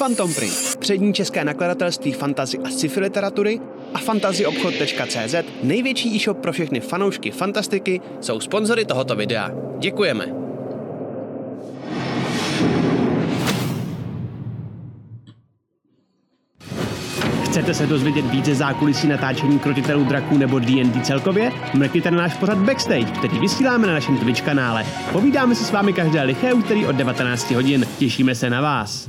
Phantom Print, přední české nakladatelství fantasy a sci-fi literatury, a fantazyobchod.cz, největší e-shop pro všechny fanoušky fantastiky, jsou sponzory tohoto videa. Děkujeme. Chcete se dozvědět více zákulisí natáčení Krotitelů draků nebo D&D celkově? Mrkněte na náš pořad Backstage, který vysíláme na našem Twitch kanále. Povídáme si s vámi každé liché úterý od 19 hodin. Těšíme se na vás.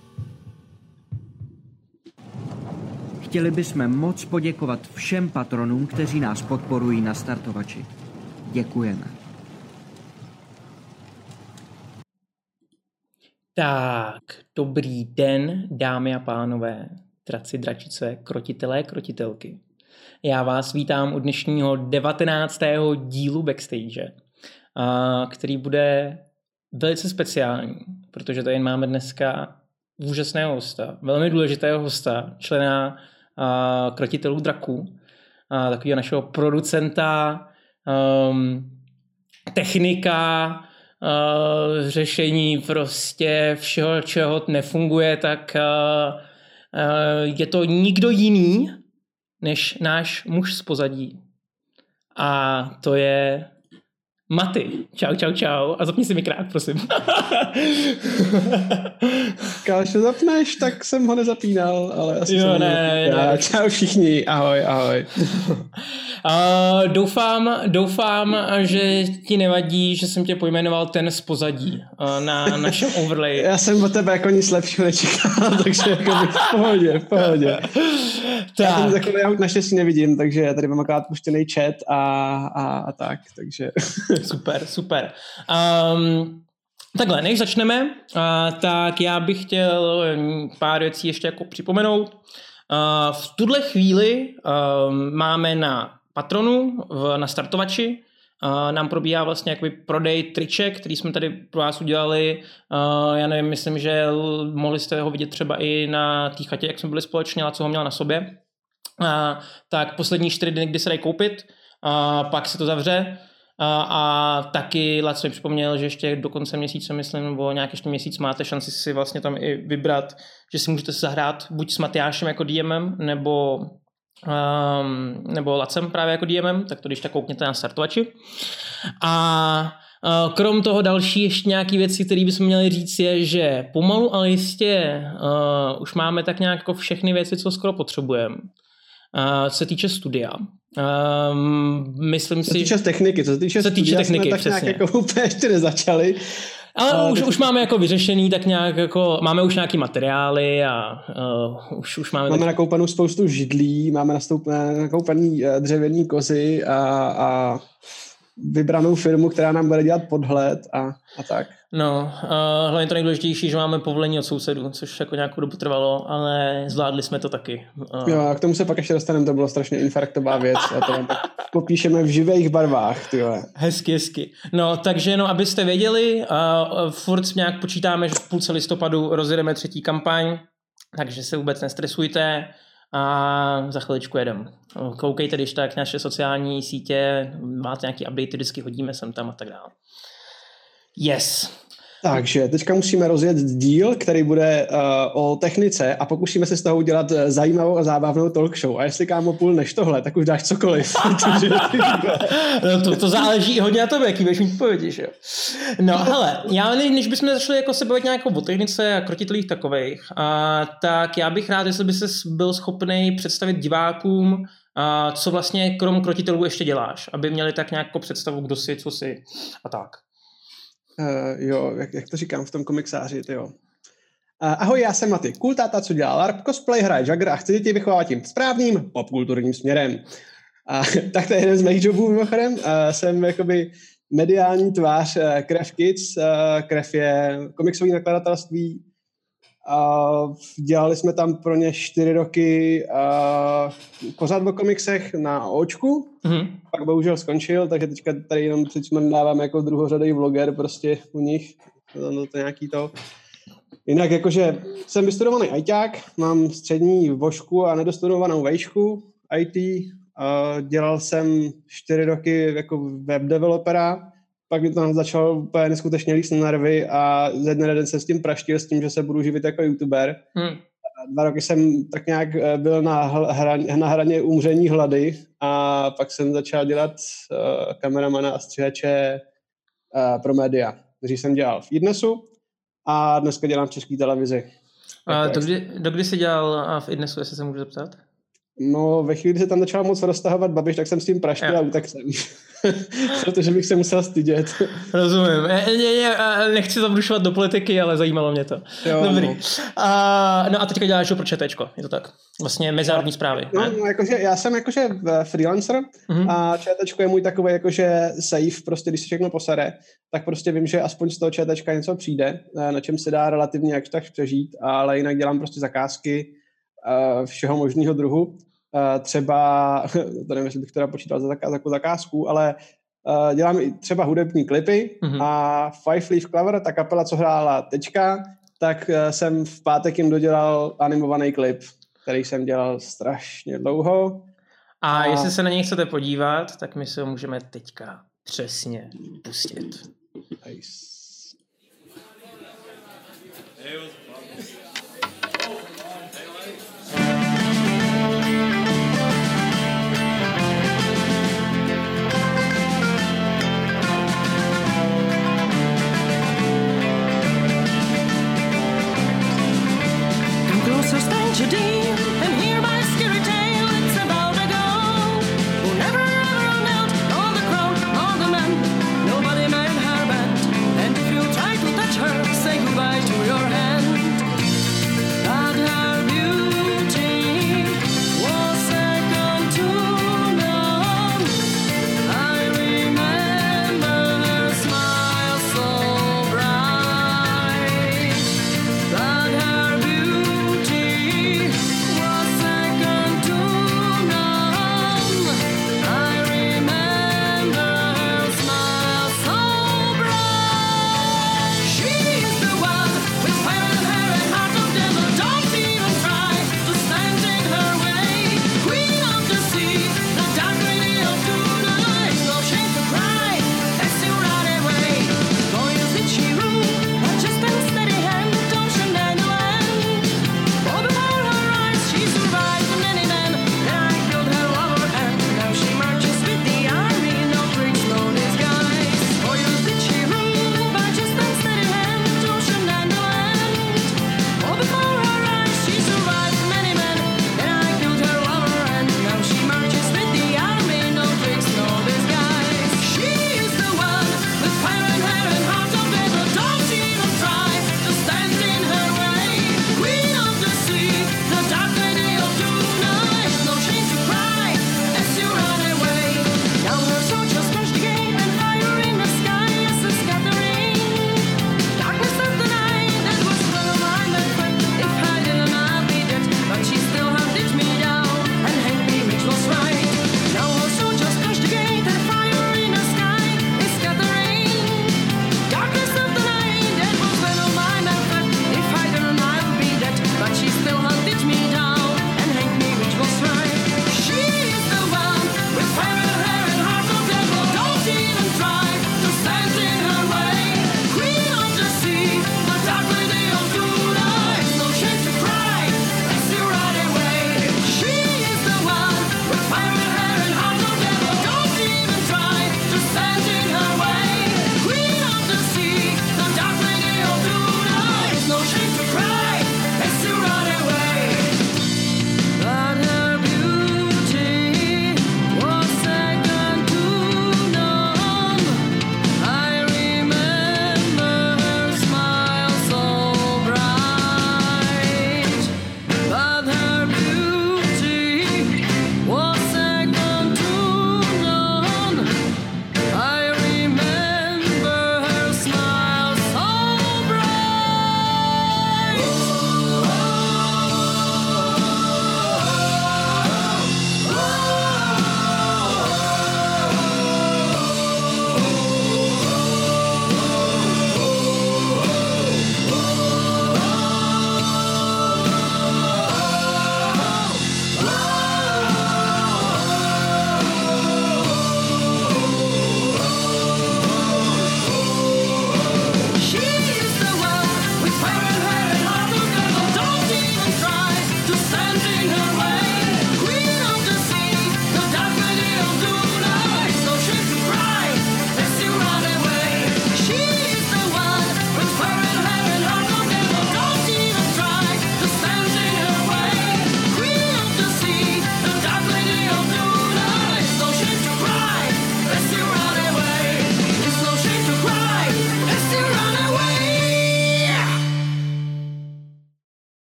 Chtěli bychom moc poděkovat všem patronům, kteří nás podporují na startovači. Děkujeme. Tak, dobrý den, dámy a pánové, draci, dračice, krotitelé, krotitelky. Já vás vítám u dnešního 19. dílu Backstage, který bude velice speciální, protože tady máme dneska úžasného hosta, velmi důležitého hosta, člena Krotitelů draků, takového našeho producenta, technika, řešení prostě všeho, čeho nefunguje, tak je to nikdo jiný než náš muž z pozadí. A to je Maty. Čau, čau, čau. A zapni si mikrák, prosím. Když to zapneš, tak jsem ho nezapínal, ale asi jo, jsem ne. Čau všichni, ahoj, ahoj. Doufám, že ti nevadí, že jsem tě pojmenoval ten z pozadí na našem overlay. Já jsem od tebe jako nic lepšího nečekal, takže jako v pohodě. Tak. Já už naštěstí nevidím, takže já tady mám akorát puštěný chat a tak, takže... Super. Takhle, než začneme, tak já bych chtěl pár věcí ještě jako připomenout. V tuhle chvíli máme na Patronu, na startovači, nám probíhá vlastně jakoby prodej triček, který jsme tady pro vás udělali. Já nevím, myslím, že mohli jste ho vidět třeba i na té chatě, jak jsme byli společně, a co ho měl na sobě. Tak poslední 4 dny, kdy se dají koupit, pak se to zavře. A taky Laco mi připomněl, že ještě do konce měsíce, myslím, nebo nějaký ještě měsíc máte šanci si vlastně tam i vybrat, že si můžete zahrát buď s Matyášem jako DMem, nebo Lacem právě jako DMem, tak to když tak koukněte na startovači. A krom toho další ještě nějaký věci, které bychom měli říct, je, že pomalu, ale jistě už máme tak nějak jako všechny věci, co skoro potřebujeme. Co se týče studia. Myslím si... Co se týče techniky, techniky, jsme tak přesně. nějak jako úplně ještě nezačali. Ale už máme jako vyřešený, tak nějak jako, máme už nějaký materiály a už máme... Máme nakoupanou spoustu židlí, máme nakoupaný dřevěný kozy a vybranou firmu, která nám bude dělat podhled a tak. No, hlavně to nejdůležitější, že máme povolení od sousedů, což jako nějakou dobu trvalo, ale zvládli jsme to taky. Jo, a k tomu se pak ještě dostaneme, to bylo strašně infarktová věc a to vám tak popíšeme v živých barvách, tyhle. Hezky. No, takže no, abyste věděli, furt nějak počítáme, že v půlce listopadu rozjedeme 3. kampaň, takže se vůbec nestresujte a za chviličku jedem. Koukejte když tak naše sociální sítě, máte nějaký update, vždycky hodíme sem tam a tak dále. Yes. Takže teďka musíme rozjet díl, který bude o technice a pokusíme se z toho udělat zajímavou a zábavnou talk show. A jestli kámo půl než tohle, tak už dáš cokoliv. No to záleží hodně na tobě, jaký budeš mít povědi, jo. No hele, já než bychom začali jako se bavit nějak o technice a krotitelích takovejch, tak já bych rád, jestli by ses byl schopný představit divákům, co vlastně krom krotitelů ještě děláš, aby měli tak nějakou představu, kdo jsi, co jsi a tak. Jo, jak to říkám v tom komiksáři, jo. Ahoj, já jsem Maty, cool táta, co dělá LARP, cosplay, hraje Jagger a chci tě vychovávat tím správným popkulturním směrem. Tak to je jeden z mých jobů mimochodem. Jsem jakoby mediální tvář Krev Kids. Krev je komiksový nakladatelství. Dělali jsme tam pro ně 4 roky pořád o komiksech na Očku. Mm-hmm. Pak bohužel skončil, takže teďka tady jenom dáváme jako druhořadý vloger prostě u nich. To nějaký to. Jinak jakože jsem vystudovaný ajťák, mám střední vošku a nedostudovanou vejšku IT. Dělal jsem 4 roky jako web developera pak mi to začalo úplně neskutečně líst na nervy a ze dne na den jsem s tím praštil, s tím, že se budu živit jako youtuber. 2 roky jsem tak nějak byl na hraně umření hlady a pak jsem začal dělat kameramana a střihače pro média, kteří jsem dělal v iDnesu a dneska dělám v České televizi. A dokdy jsi dělal v iDnesu, jestli se můžu zeptat? No, ve chvíli, kdy se tam začal moc roztahovat Babiš, tak jsem s tím praštil a utek jsem. Protože bych se musel stydět. Rozumím. Nechci zabrušovat do politiky, ale zajímalo mě to. Jo, dobrý. No. No a teďka děláš pro ČTčko, je to tak? Vlastně mezinárodní zprávy. No, jakože já jsem jakože freelancer a ČTčko je můj takový jakože safe, prostě když se všechno posere, tak prostě vím, že aspoň z toho ČTčka něco přijde, na čem se dá relativně jak tak přežít, ale jinak dělám prostě zakázky všeho možného druhu. Třeba, to nevím, jestli bych teda počítal za zakázku, ale dělám i třeba hudební klipy a Five Leaf Clover, ta kapela, co hrála teďka, tak jsem v pátek jim dodělal animovaný klip, který jsem dělal strašně dlouho. A jestli se na něj chcete podívat, tak my se ho můžeme teďka přesně pustit. Nice. So stand your deal and hear my scary tale. It's about a girl who never ever knelt on the crown of the man. Nobody made her bend, and if you try to touch her, say goodbye to your hand. But her beauty was second to none. I remember her smile so bright. But her beauty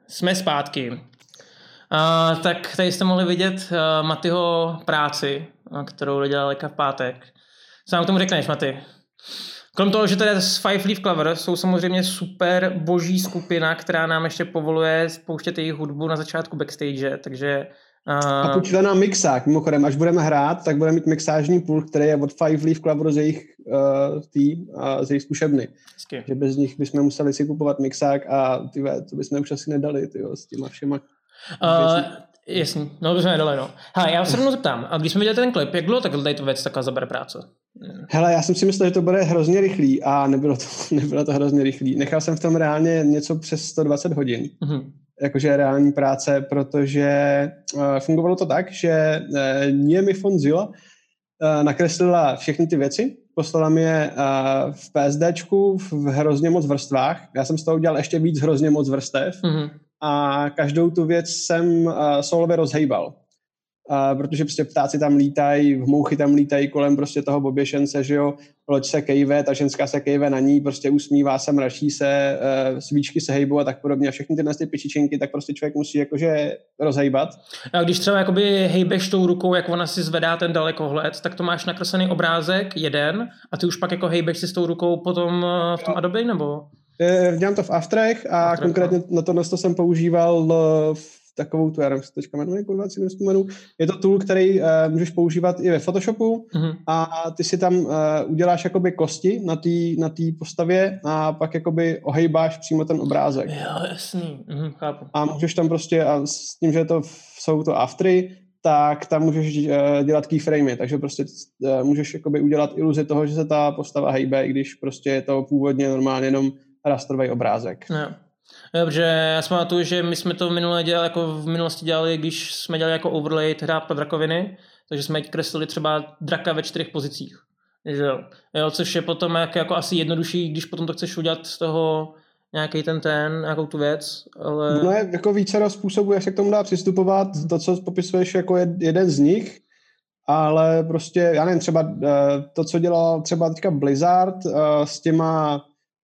jsme zpátky. Tak tady jste mohli vidět Matyho práci, kterou dělal v pátek. Co nám k tomu řekneš, Maty? Krom toho, že teda z Five Leaf Clover jsou samozřejmě super boží skupina, která nám ještě povoluje spouštět jejich hudbu na začátku backstage, takže... A půjčte nám mixák, mimochodem, až budeme hrát, tak budeme mít mixážní pult, který je od Five Leaf Clover z jejich zkušebny. Že bez nich bychom museli si kupovat mixák a to bychom už asi nedali, s těma všema. Jasný, no to bychom nedali, no. Hele, já se rovnou zeptám, a když jsme viděli ten klip, jak bylo tady to věc taková zabere práce? Hele, já jsem si myslel, že to bude hrozně rychlý a nebylo to hrozně rychlý. Nechal jsem v tom reálně něco přes 120 hodin. Jakože reální práce, protože fungovalo to tak, že Niemi Fonzilla nakreslila všechny ty věci, poslala mi je v PSDčku v hrozně moc vrstvách. Já jsem z toho udělal ještě víc hrozně moc vrstev a každou tu věc jsem solově rozhejbal. Protože prostě ptáci tam lítají, mouchy tam lítají kolem prostě toho oběšence, že jo, loď se kejve, ta ženská se kejve na ní, prostě usmívá se, mračí se, svíčky se hejbou a tak podobně a všechny tyhle pičičinky, tak prostě člověk musí jakože rozhejbat. A když třeba jakoby hejbeš tou rukou, jak ona si zvedá ten dalekohled, tak to máš nakreslený obrázek jeden a ty už pak jako hejbeš si s tou rukou potom v tom Adobe, nebo? Dělám to v Afterech a konkrétně na to jsem používal takovou tu, já nevím, teďka jmenuje, je to tool, který můžeš používat i ve Photoshopu a ty si tam uděláš jakoby kosti na té postavě a pak jakoby ohejbáš přímo ten obrázek. Jo, jasný, chápu. A můžeš tam prostě, a s tím, že jsou to aftery, tak tam můžeš dělat keyframey, takže prostě můžeš jakoby udělat iluzi toho, že se ta postava hejbe, i když prostě je to původně normálně jenom rastrový obrázek. No. Protože já si pamatuju, že my jsme to v minulosti dělali, když jsme dělali jako overlay hra pro drakoviny, takže jsme kreslili třeba draka ve 4 pozicích. Jo, což je potom jako asi jednodušší, když potom to chceš udělat z toho nějakou tu věc, ale... No je jako více způsobů, jak se k tomu dá přistupovat, to, co popisuješ jako jeden z nich, ale prostě, já nevím, třeba to, co dělal třeba teďka Blizzard s těma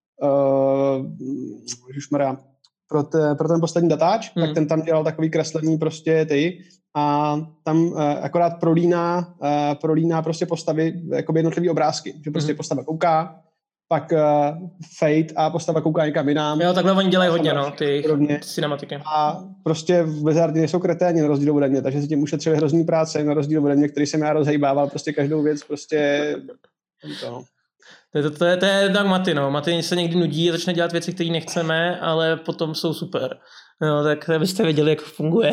pro ten poslední datáč, tak ten tam dělal takový kreslení prostě a tam akorát prolíná prostě postavy, jakoby jednotlivý obrázky, že prostě postava kouká, pak fade a postava kouká někam jinam. Jo, takhle oni dělají hodně, no, ty cinematiky. A prostě v Blizzardi nejsou kreténi na rozdíl ode mě, takže si tím ušetřili hrozný práce na rozdíl ode mě, který jsem já rozhejbával prostě každou věc prostě to. To je tak Maty, no. Maty se někdy nudí a začne dělat věci, které nechceme, ale potom jsou super. No, tak abyste věděli, jak funguje.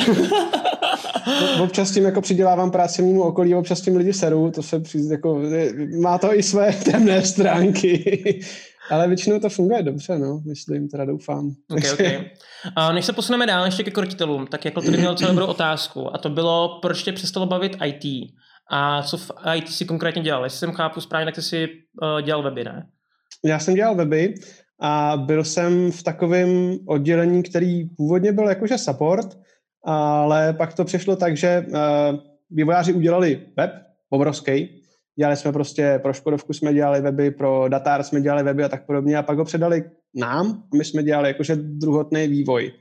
Občas tím jako přidělávám práci mému okolí, občas tím lidi seru, to se jako, má to i své temné stránky. Ale většinou to funguje dobře, no, myslím, teda doufám. Okay. A než se posuneme dál ještě ke krotitelům, tak jako tady měl celou dobrou otázku a to bylo, proč tě přestalo bavit IT? A co v IT si konkrétně dělal? Jestli jsem chápu správně, tak ty jsi dělal weby, ne? Já jsem dělal weby a byl jsem v takovém oddělení, který původně byl jakože support, ale pak to přišlo tak, že vývojáři udělali web, obrovský. Dělali jsme prostě pro Škodovku jsme dělali weby, pro Datar jsme dělali weby a tak podobně a pak ho předali nám a my jsme dělali jakože druhotný vývoj.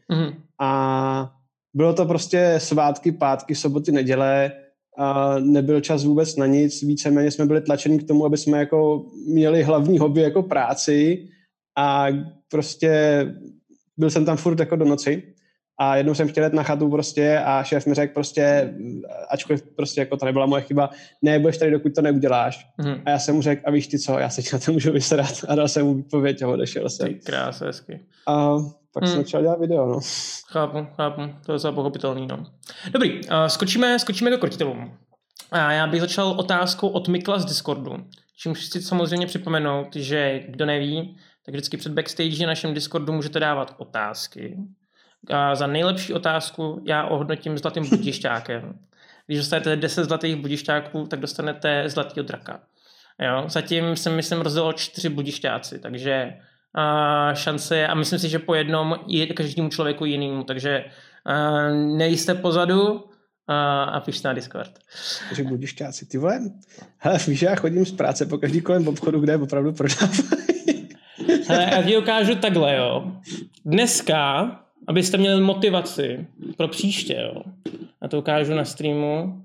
A bylo to prostě svátky, pátky, soboty, neděle, a nebyl čas vůbec na nic, víceméně jsme byli tlačeni k tomu, aby jsme jako měli hlavní hobby jako práci a prostě byl jsem tam furt jako do noci a jednou jsem chtěl jít na chatu prostě a šéf mi řekl prostě, ačkoliv prostě jako to nebyla moje chyba, nebudeš tady, dokud to neuděláš. A já jsem mu řekl, a víš ty co, já se na to můžu vysrat a dal jsem mu výpověď a odešel jsem. Krásně, hezky. A pak jsem začal dělat video, no. Chápu, to je pochopitelný, no. Dobrý, skočíme do krotitelům. A já bych začal otázkou od Mikla z Discordu. Čímž chci samozřejmě připomenout, že kdo neví, tak vždycky před backstage na našem Discordu můžete dávat otázky. A za nejlepší otázku já ohodnotím zlatým budišťákem. Když dostanete 10 zlatých budišťáků, tak dostanete zlatýho draka. Jo? Zatím jsem, myslím, rozdělil 4 budišťáci, takže šance je, a myslím si, že po jednom je každému člověku jinému, takže nejste pozadu a pište na Discord. Takže budišťáci, ty vole, hele, víš, já chodím z práce po každý kolem obchodu, kde je opravdu prodávají. Hele, já ti ukážu takhle, jo. Dneska abyste měli motivaci pro příště, jo. Já to ukážu na streamu.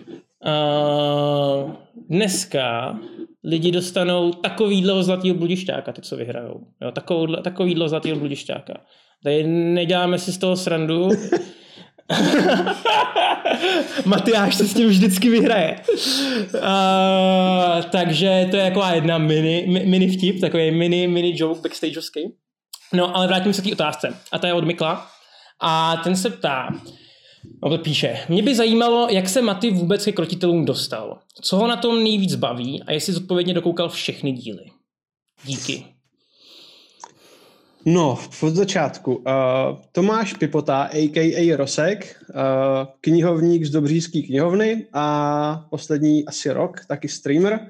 Dneska lidi dostanou takovýhle zlatýho bludišťáka, ty, co vyhrajou. Jo, takovýhle zlatýho bludišťáka. Tady neděláme si z toho srandu. Matyáš se s tím vždycky vyhraje. Takže to je taková jedna mini vtip, takový mini joke backstageovský. No, ale vrátím se k té otázce. A ta je od Mikla. A ten se ptá, to píše, mě by zajímalo, jak se Maty vůbec ke krotitelům dostal. Co ho na tom nejvíc baví a jestli zodpovědně dokoukal všechny díly. Díky. No, od začátku. Tomáš Pipota, a.k.a. Rosek, knihovník z Dobřížské knihovny a poslední asi rok, taky streamer.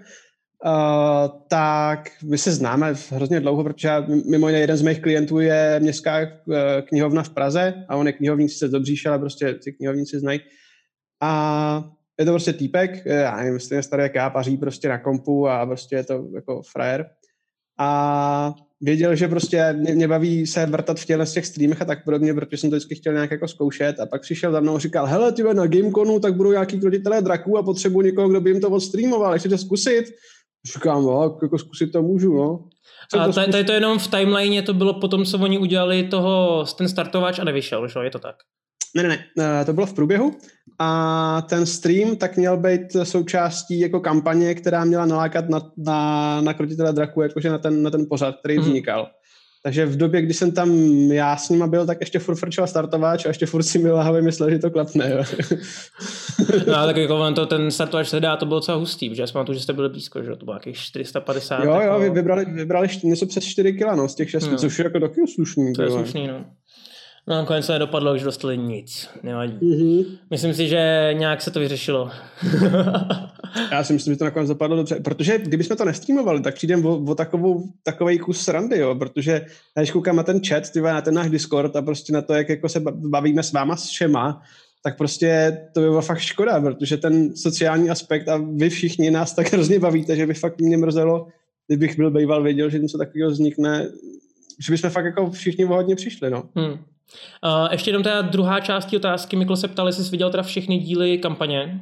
Tak my se známe hrozně dlouho, protože mimo jiné jeden z mých klientů je Městská knihovna v Praze a on je knihovník sice z Dobříše, ale prostě ty knihovníci znají. A je to prostě týpek, já nevím, stejně starý jak já, paří prostě na kompu a prostě je to jako frajer. A věděl, že prostě mě baví se vrtat v těch streamech a tak podobně, protože jsem to vždycky chtěl nějak jako zkoušet a pak přišel za mnou a říkal, hele, ty na Gameconu, tak budou nějaký krotitelé draků a potřebuji někoho, kdo by jim to odstreamoval, ještě to zkusit. Říkám, no, jako zkusit to můžu, no. A tady to jenom v timeline to bylo potom, co oni udělali ten startovač a nevyšel, že? Je to tak? Ne, to bylo v průběhu a ten stream tak měl být součástí jako kampaně, která měla nalákat na krotitele draků, jakože na ten pořad, který vznikal. Takže v době, kdy jsem tam já s nima byl, tak ještě furt frčel startovač a ještě furt si mi láhavě myslel, že to klapne. Jo. No, tak jako ten startovač se dá, to bylo docela hustý, protože já si pamatuju, že jste byli blízko, že to bylo nějakých 450. Jo, jako... vybrali něco přes 4 kg, no, z těch 6, což je jako taky slušný. To je slušný, no. No nakonec se nedopadlo, že dostali nic. Nevadí. Myslím si, že nějak se to vyřešilo. Já si myslím, že to nakonec dopadlo dobře, protože kdybychom to nestreamovali, tak přijdem o takovej kus srandy, jo, protože já když koukám na ten chat, na ten náš Discord a prostě na to, jak jako se bavíme s váma s všema, tak prostě to by bylo fakt škoda, protože ten sociální aspekt a vy všichni nás tak hrozně bavíte, že by fakt mě mrzelo, kdybych byl býval věděl, že něco takového vznikne, že bychom fakt jako všichni hodně přišli, no. Ještě jenom ta druhá část otázky. Mikl se ptal, jestli jsi viděl teda všechny díly kampaně.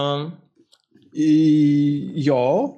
Jo.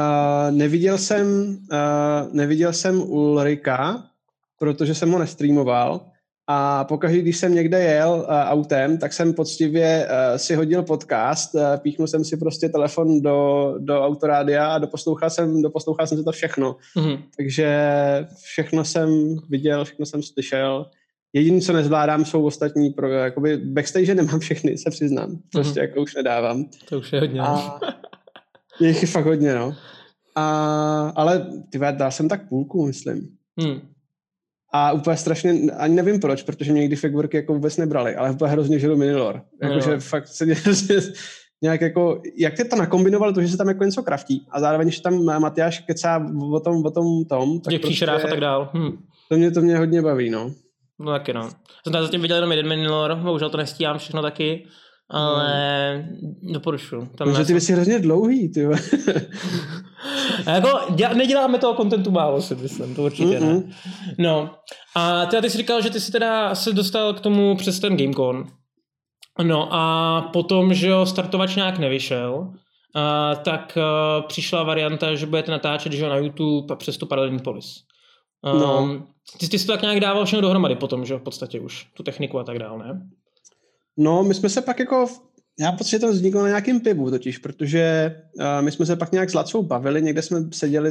Neviděl jsem Ulrika, protože jsem ho nestreamoval. A pokaždý, když jsem někde jel autem, tak jsem poctivě si hodil podcast, píchnul jsem si prostě telefon do autorádia a doposlouchal jsem si to všechno. Takže všechno jsem viděl, všechno jsem slyšel. Jediné, co nezvládám, jsou ostatní jakoby backstage nemám všechny, se přiznám. Prostě jako už nedávám. To už je hodně. Je jich fakt hodně, no. Ale dal jsem tak půlku, myslím. A úplně strašně, ani nevím proč, protože mě někdy figurky jako vůbec nebrali, ale úplně hrozně žil minilor. Jakože fakt se nějak jako, jak ty to nakombinoval, to, že se tam jako něco kraftí a zároveň, že tam Matyáš kecá o tom, tak těch příšerách a tak dál. To mě hodně baví, no. No taky no. Jsem tam zatím viděl jenom jeden minilor, bohužel to nestíhám všechno taky, ale doporučuji. Protože ty věci hrozně dlouhý, ty. Jako, neděláme toho kontentu málo, si myslím, to určitě ne. No, a ty jsi říkal, že ty jsi teda se dostal k tomu přes ten Gamecon. No a potom, že jo, startovač nějak nevyšel, tak přišla varianta, že budete natáčet, že jo, na YouTube přes tu paralelní polis. Ty jsi to tak nějak dával všechno dohromady potom, že v podstatě už, tu techniku a tak dál, ne? No, my jsme se pak jako, já pocit, že to vzniklo na nějakým pivu totiž, protože my jsme se pak nějak s Lacou bavili, někde jsme seděli,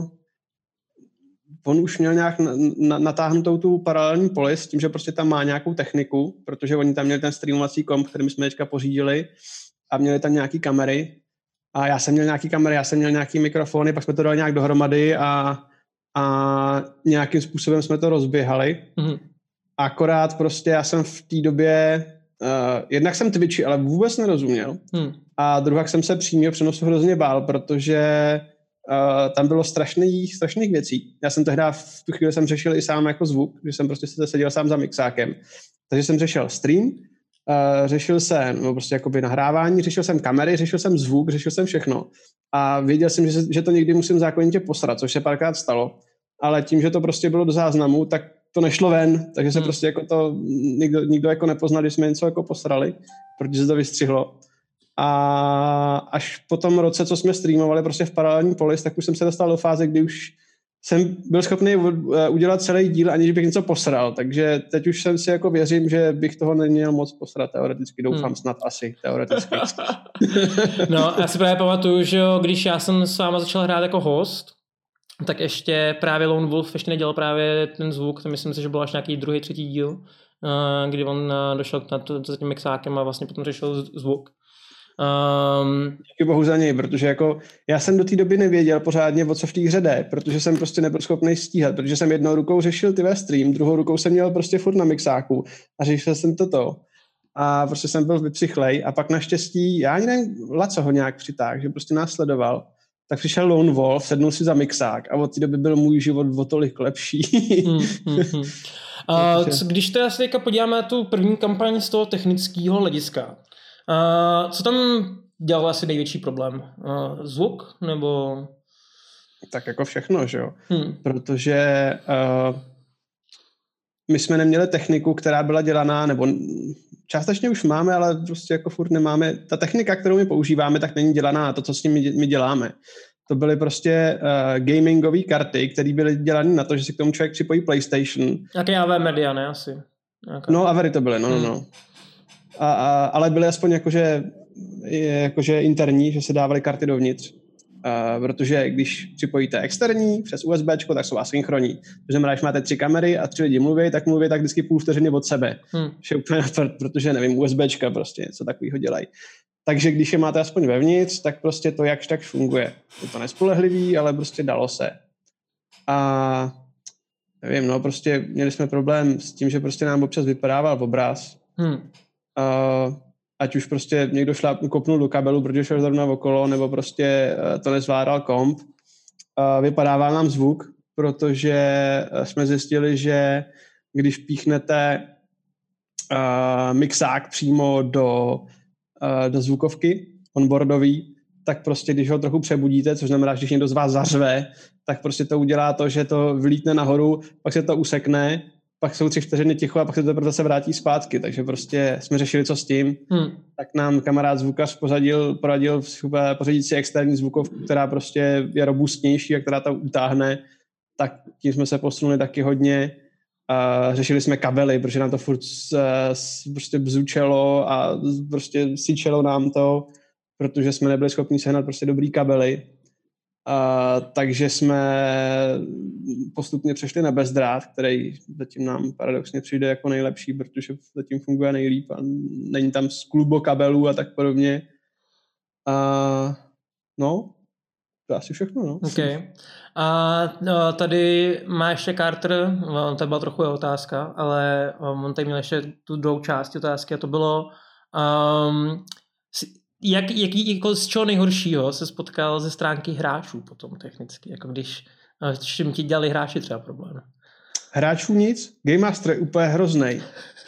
on už měl nějak natáhnutou tu paralelní polis, tím, že prostě tam má nějakou techniku, protože oni tam měli ten streamovací komp, který jsme teďka pořídili a měli tam nějaký kamery a já jsem měl nějaký kamery, já jsem měl nějaký mikrofony, pak jsme to dali nějak dohromady a nějakým způsobem jsme to rozběhali. Akorát prostě já jsem v té době jednak jsem Twitchi, ale vůbec nerozuměl. A druhak jsem se přímého přenosu hrozně bál, protože tam bylo strašných věcí. Já jsem tehdy v tu chvíli jsem řešil i sám jako zvuk, že jsem prostě seděl sám za mixákem. Takže jsem řešil stream, řešil jsem prostě jakoby nahrávání, řešil jsem kamery, řešil jsem zvuk, řešil jsem všechno. A věděl jsem, že to někdy musím zákonitě posrat, což se párkrát stalo. Ale tím, že to prostě bylo do záznamu, tak to nešlo ven, takže se prostě jako to nikdo jako nepoznal, když jsme něco jako posrali, protože se to vystřihlo. A až po tom roce, co jsme streamovali prostě v paralelní polis, tak už jsem se dostal do fáze, kdy už jsem byl schopný udělat celý díl, aniž bych něco posral, takže teď už jsem si jako věřím, že bych toho neměl moc posrat teoreticky, doufám snad asi teoreticky. No, já si právě pamatuju, že když já jsem s váma začal hrát jako host, tak ještě právě Lone Wolf ještě nedělal právě ten zvuk, to myslím si, že byl až nějaký druhý, třetí díl, kdy on došel za tím mixákem a vlastně potom řešil zvuk. Díky bohu za něj, protože jako já jsem do té doby nevěděl pořádně, o co v té hře jde, protože jsem prostě nebyl schopný stíhat, protože jsem jednou rukou řešil stream, druhou rukou jsem měl prostě furt na mixáku a řešil jsem toto. A prostě jsem byl vypsychlej a pak naštěstí, já ani nevím, Laco ho nějak přitáhl, že prostě následoval, tak přišel Lone Wolf, sednul si za mixák a od té doby byl můj život o tolik lepší. Když to asi podíváme na tu první kampaň z toho technického hlediska, co tam dělal asi největší problém? Zvuk? Nebo... Tak jako všechno, že jo? Protože my jsme neměli techniku, která byla dělaná, nebo částečně už máme, ale prostě jako furt nemáme. Ta technika, kterou my používáme, tak není dělaná na to, co s tím my děláme. To byly prostě gamingové karty, které byly dělané na to, že si k tomu člověk připojí PlayStation. Jaké AV media, ne asi? Nějaká. No, Avery to byly, no. Ale byly aspoň jakože interní, že se dávaly karty dovnitř. Protože když připojíte externí přes USBčko, tak jsou asynchronní. To znamená, když máte 3 kamery a 3 lidi mluví, tak mluví tak vždycky půl vteřiny od sebe. Je úplně protože nevím, USBčka prostě něco takového dělají. Takže když je máte aspoň vevnitř, tak prostě to jakž tak funguje. Je to nespolehlivý, ale prostě dalo se. A nevím, no prostě měli jsme problém s tím, že prostě nám občas vypadával obraz. Ať už prostě někdo kopnul do kabelu, protože šel zrovna okolo, nebo prostě to nezvládal komp. Vypadával nám zvuk, protože jsme zjistili, že když píchnete mixák přímo do zvukovky onboardový, tak prostě když ho trochu přebudíte, což znamená, že když někdo z vás zařve, tak prostě to udělá to, že to vylítne nahoru, pak se to usekne, pak jsou 3 vteřiny ticho a pak se to zase vrátí zpátky, takže prostě jsme řešili, co s tím. Tak nám kamarád zvukař poradil pořídit si externí zvukovku, která prostě je robustnější a která to utáhne, tak tím jsme se posunuli taky hodně. Řešili jsme kabely, protože nám to furt prostě bzučelo a prostě syčelo nám to, protože jsme nebyli schopni sehnat prostě dobrý kabely. Takže jsme postupně přešli na bezdrát, který zatím nám paradoxně přijde jako nejlepší, protože zatím funguje nejlíp a není tam sklubo kabelů a tak podobně. No, to asi všechno, no. Okay. A tady má ještě Carter, to byla trochu jeho otázka, ale on tady měl ještě tu druhou část otázky a to bylo jaký jako z čeho nejhoršího se spotkal ze stránky hráčů potom technicky, jako když čím ti dělali hráči třeba problém? Hráčů nic, Game Master je úplně hroznej.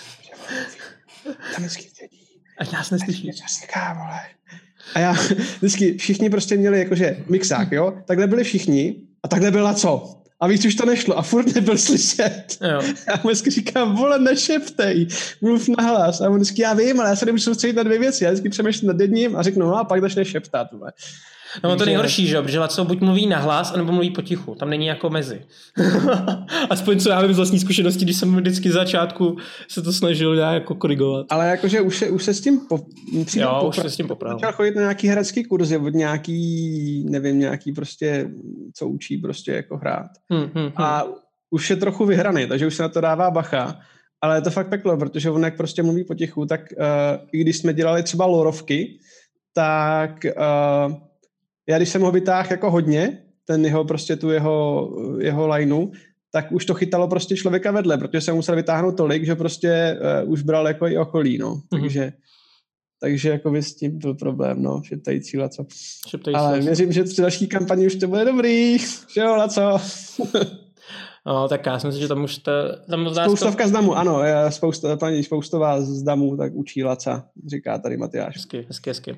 Tam a nás neslyší. A já vždycky všichni prostě měli jakože mixák, jo? Takhle byli všichni a takhle byla co? A víc už to nešlo a furt nebyl slyšet. Jo. Já mu vždycky říkám, vole, nešeptej, mluv nahlas. A on vždycky, já vím, ale já se nemůžu soustředit na 2 věci. Já vždycky přemýšlím nad jedním a řeknu, no a pak začne šeptat. No to nejhorší, že? Protože Laco buď mluví nahlas, anebo mluví potichu. Tam není jako mezi. Aspoň co já vím z vlastní zkušenosti, když jsem vždycky z začátku se to snažil nějak jako korigovat. Ale jakože už se s tím už se s tím popravil. Začal chodit na nějaký herecký kurzy od nějaký prostě, co učí prostě jako hrát. A už je trochu vyhraný, takže už se na to dává bacha. Ale je to fakt peklo, protože on jak prostě mluví potichu, tak i když jsme dělali třeba lorovky, tak já když jsem ho vytáhl jako hodně, ten jeho prostě tu jeho lineu, tak už to chytalo prostě člověka vedle, protože jsem musel vytáhnout tolik, že prostě už bral jako i okolí, no. Takže jako s tím byl problém, no, šeptající Laco. Ale věřím, že při další kampani už to bude dobrý, že jo, Laco. No, tak já si myslím, že tam už Spoustovka z Damu, ano, paní Spoustová z Damu, tak učí Laca, říká tady Matyáš. Hezky.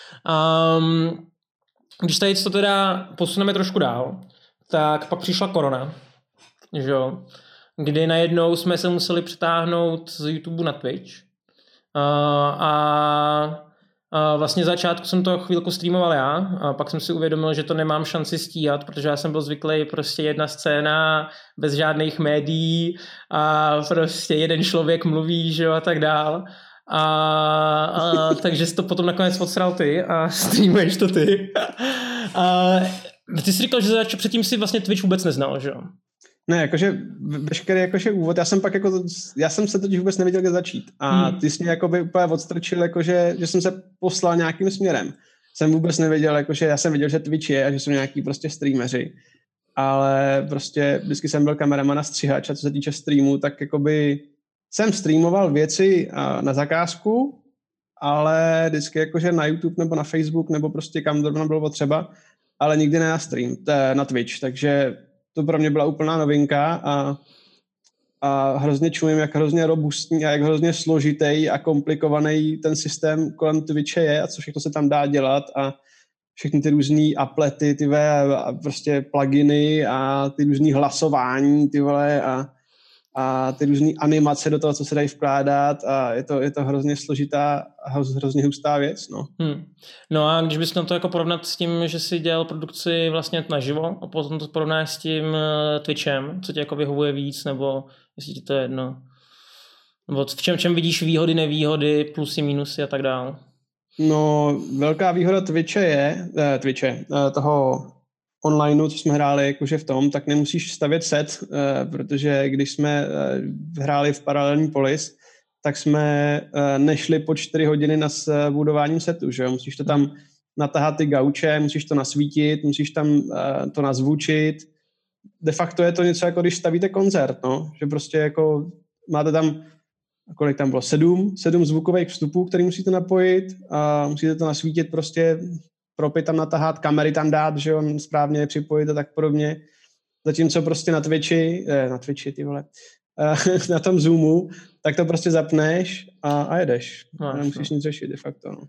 Když tady to teda posuneme trošku dál, tak pak přišla korona, že jo. kdy najednou jsme se museli přetáhnout z YouTube na Twitch. Vlastně začátku jsem to chvilku streamoval já, a pak jsem si uvědomil, že to nemám šanci stíhat, protože já jsem byl zvyklý prostě jedna scéna bez žádných médií a prostě jeden člověk mluví, že jo, a tak dál. Takže jsi to potom nakonec odsral ty a streamuješ to ty. Ty jsi říkal, že předtím si vlastně Twitch vůbec neznal, že jo? Ne, jakože veškerý jakože úvod, já jsem se totiž vůbec nevěděl, kde začít. A ty jsi mě jakoby úplně odstrčil, jakože, že jsem se poslal nějakým směrem. Jsem vůbec nevěděl, jakože já jsem věděl, že Twitch je a že jsou nějaký prostě streameři. Ale prostě vždycky jsem byl kameraman a střihač a co se týče streamu, tak jakoby jsem streamoval věci na zakázku, ale vždycky jakože na YouTube nebo na Facebook nebo prostě kam to bylo potřeba, ale nikdy ne na stream, na Twitch, takže to pro mě byla úplná novinka a hrozně čujem, jak hrozně robustní a jak hrozně složitý a komplikovaný ten systém kolem Twitche je a co všechno se tam dá dělat a všechny ty různý aplety, a prostě pluginy a ty různý hlasování, a ty různý animace do toho, co se dají vkládat a je to hrozně složitá a hrozně hustá věc, no. No a když bys to jako porovnat s tím, že jsi dělal produkci vlastně naživo a potom to porovnáš s tím Twitchem, co tě jako vyhovuje víc, nebo jestli ti to je jedno? Nebo v čem vidíš výhody, nevýhody, plusy, minusy a tak dále? No, velká výhoda Twitche toho onlineu, co jsme hráli jakože v tom, tak nemusíš stavět set, protože když jsme hráli v paralelní polis, tak jsme nešli po 4 hodiny na budováním setu, že jo? Musíš to tam natahat ty gauče, musíš to nasvítit, musíš tam to nazvučit. De facto je to něco jako když stavíte koncert, no? Že prostě jako máte tam, kolik tam bylo, 7 zvukových vstupů, který musíte napojit a musíte to nasvítit prostě, propy tam natahat, kamery tam dát, že on správně připojit a tak podobně. Zatímco prostě na Twitchi, ty vole, na tom Zoomu, tak to prostě zapneš a jedeš. Nemusíš nic řešit de facto. No.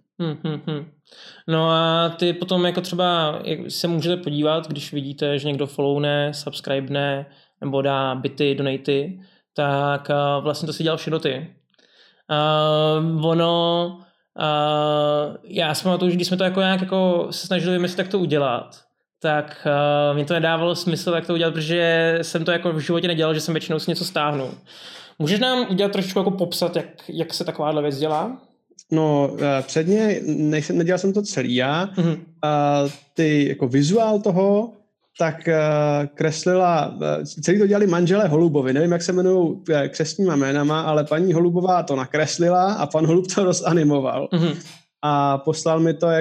No a ty potom jako třeba se můžete podívat, když vidíte, že někdo followne, subscribene nebo dá bity, donaty, tak vlastně to si dělal všechno ty. Já si pamatuju, že když jsme to jako nějak jako se snažili vymyslet, jak to udělat, tak mě to nedávalo smysl, jak to udělat, protože jsem to jako v životě nedělal, že jsem většinou si něco stáhnul. Můžeš nám udělat trošičku jako popsat, jak se takováhle věc dělá? No, předně nedělal jsem to celý já. Ty jako vizuál toho, tak kreslila, celý to dělali manželé Holubovi, nevím, jak se jmenují křestníma jménama, ale paní Holubová to nakreslila a pan Holub to rozanimoval. A poslal mi to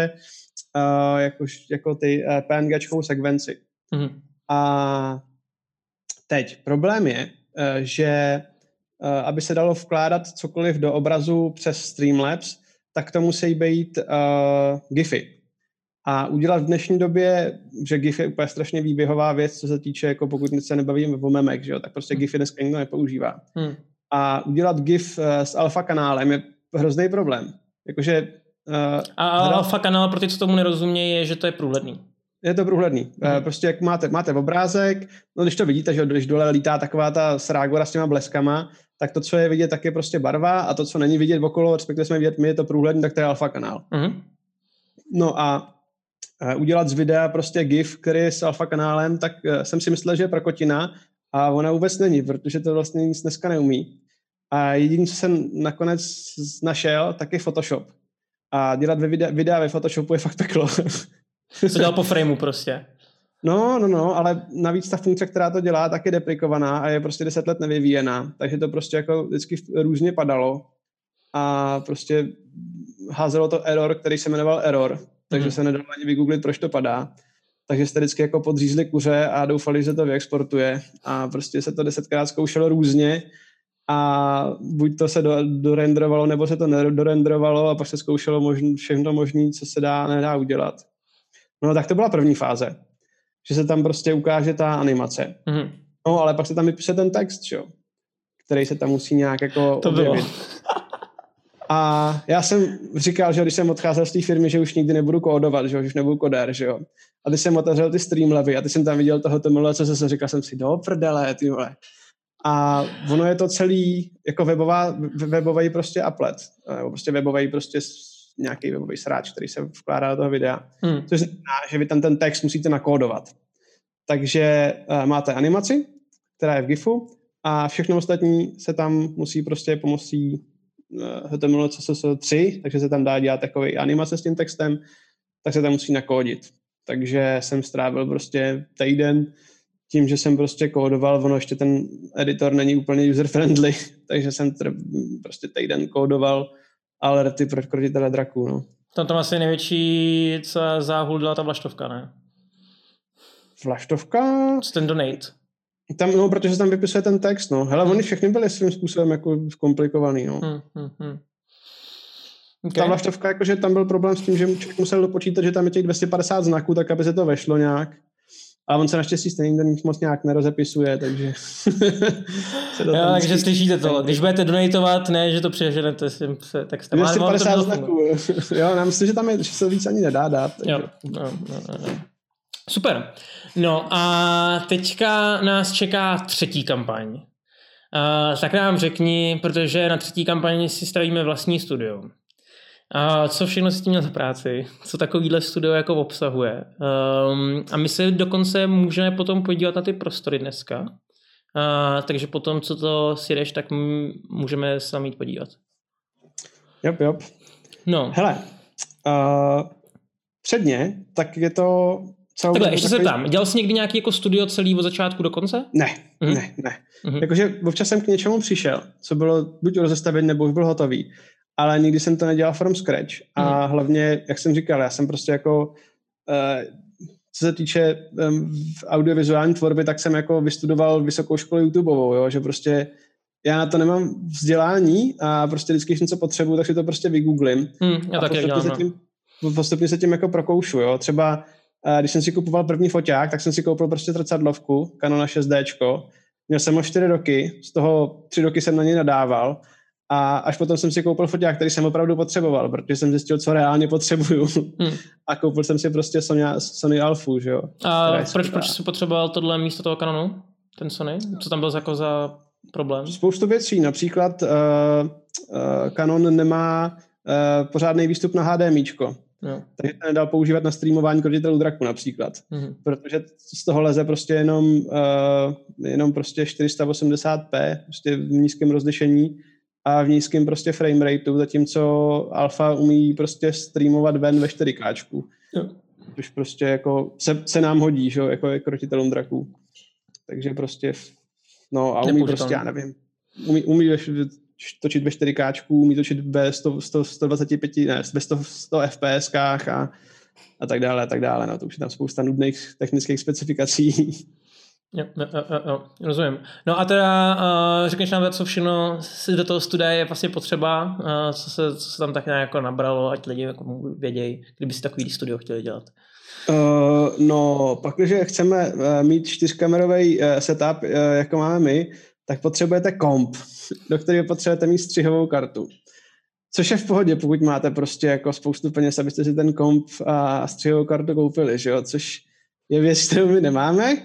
jako ty PNGčkovou sekvenci. A teď problém je, že aby se dalo vkládat cokoliv do obrazu přes Streamlabs, tak to musí být GIFy. A udělat v dnešní době, že GIF je úplně strašně výběhová věc, co se týče, jako pokud se nebavíme o memech, že jo, tak prostě GIFy dneska nikdo nepoužívá. A udělat GIF s alfa kanálem je hrozný problém. Jakože... alfa kanál, pro ty, co tomu nerozumějí, je, že to je průhledný. Je to průhledný. Prostě jak máte obrázek, no když to vidíte, že když dole lítá taková ta srágora s těma bleskama, tak to, co je vidět, tak je prostě barva a to, co není vidět okolo, respektive jsme vidět my, je to průhledný, tak to je alfa kanál. No a udělat z videa prostě GIF, který je s alfa kanálem, tak jsem si myslel, že je prakotina a ona vůbec není, protože to vlastně nic dneska neumí. A jediné, co jsem nakonec našel, tak je Photoshop. A dělat videa ve Photoshopu je fakt peklo. Co dělal po frameu prostě. No, ale navíc ta funkce, která to dělá, tak je deplikovaná a je prostě 10 let nevyvíjená, takže to prostě jako vždycky různě padalo a prostě házelo to error, který se jmenoval error, takže se nedalo ani vygooglit, proč to padá. Takže jste vždycky jako podřízli kuře a doufali, že to vyexportuje a prostě se to 10krát zkoušelo různě a buď to se dorenderovalo, nebo se to nedorenderovalo a pak se zkoušelo všechno možné, co se nedá udělat. No tak to byla první fáze, že se tam prostě ukáže ta animace. No ale pak se tam vypíše ten text, jo, který se tam musí nějak jako objevit. A já jsem říkal, že když jsem odcházel z té firmy, že už nikdy nebudu kódovat, že už nebudu kodér, že jo. A když jsem otevřel ty Streamlabs a ty jsem tam viděl toho Tomila, co se říkal jsem si, do prdele, ty vole. A ono je to celý jako webový prostě applet. Prostě webový prostě nějaký webový sráč, který se vkládá do toho videa. Což znamená, že vy tam ten text musíte nakódovat. Takže máte animaci, která je v GIFu a všechno ostatní se tam musí prostě pomocí HTML, CSS3, takže se tam dá dělat takový animace s tím textem, tak se tam musí nakódit. Takže jsem strávil prostě týden tím, že jsem prostě kódoval, ono ještě ten editor není úplně user-friendly, takže jsem prostě týden kódoval alerty pro krotitele draků, no. Tam asi největší záhul byla ta vlaštovka, ne? Vlaštovka? Ten donate. Tam, no, protože tam vypisuje ten text, no. Hele, oni všechny byly svým způsobem jako komplikovaný, no. Okay. Ta vlaštovka, jakože tam byl problém s tím, že člověk musel dopočítat, že tam je těch 250 znaků, tak aby se to vešlo nějak. Ale on se naštěstí stejně moc nějak nerozepisuje, takže... takže slyšíte to. Když budete donatovat, ne, že to přiježenete s tím textem. 250 znaků. Jo, já myslím, že tam je, že se víc ani nedá dát. Takže... Jo. No. Super. No a teďka nás čeká třetí kampaň. Tak nám řekni, protože na třetí kampani si stavíme vlastní studio. Co všechno si tím měl za práci? Co takovýhle studio jako obsahuje? A my se dokonce můžeme potom podívat na ty prostory dneska. Takže potom, co to sjedeš, tak můžeme se tam jít podívat. Jop. No. Hele, předně, tak je to... Takhle, ještě se tam. Dělal jsi někdy nějaký jako studio celý od začátku do konce? Ne. Jakože občas jsem k něčemu přišel, co bylo buď rozestavení, nebo už bylo hotový. Ale nikdy jsem to nedělal from scratch. A hlavně, jak jsem říkal, já jsem prostě jako, co se týče audiovizuální tvorby, tak jsem jako vystudoval vysokou školu YouTubeovou, jo? Že prostě já na to nemám vzdělání a prostě vždycky, když něco potřebuju, tak si to prostě vygooglím. Já taky dělám, postupně se tím jako prokoušu, jo. Třeba, když jsem si kupoval první foťák, tak jsem si koupil prostě zrcadlovku, Canon 6D. Měl jsem ho 4 roky, z toho 3 roky jsem na něj nadával. A až potom jsem si koupil foťák, který jsem opravdu potřeboval, protože jsem zjistil, co reálně potřebuju. A koupil jsem si prostě Sony Alphu, že jo. A proč jsi potřeboval tohle místo toho Canonu? Ten Sony? Co tam byl jako za problém? Spoustu věcí. Například Canon nemá pořádný výstup na HDMIčko. Jo. Takže to nedal používat na streamování krotitelů draků například. Protože z toho leze prostě jenom prostě 480p, prostě v nízkém rozlišení a v nízkém prostě frame rateu, zatímco Alpha umí prostě streamovat ven ve 4K. Což prostě jako se nám hodí, že? Jako krotitelům draků. Takže prostě no a umí prostě, já nevím, umí točit ve 4K, umí točit ve 125, ne, ve 100 FPSkách a tak dále. No, to už je tam spousta nudných technických specifikací. Jo, rozumím. No a teda řekneš nám, co všechno do toho studia je vlastně potřeba, co se tam tak nějak jako nabralo, ať lidi jako vědějí, kdyby si takový studio chtěli dělat. No, pak, když chceme mít 4kamerový setup, jako máme my, tak potřebujete komp, do kterého potřebujete mít střihovou kartu. Což je v pohodě, pokud máte prostě jako spoustu peněz, abyste si ten komp a střihovou kartu koupili, že jo? Což je věc, kterou my nemáme.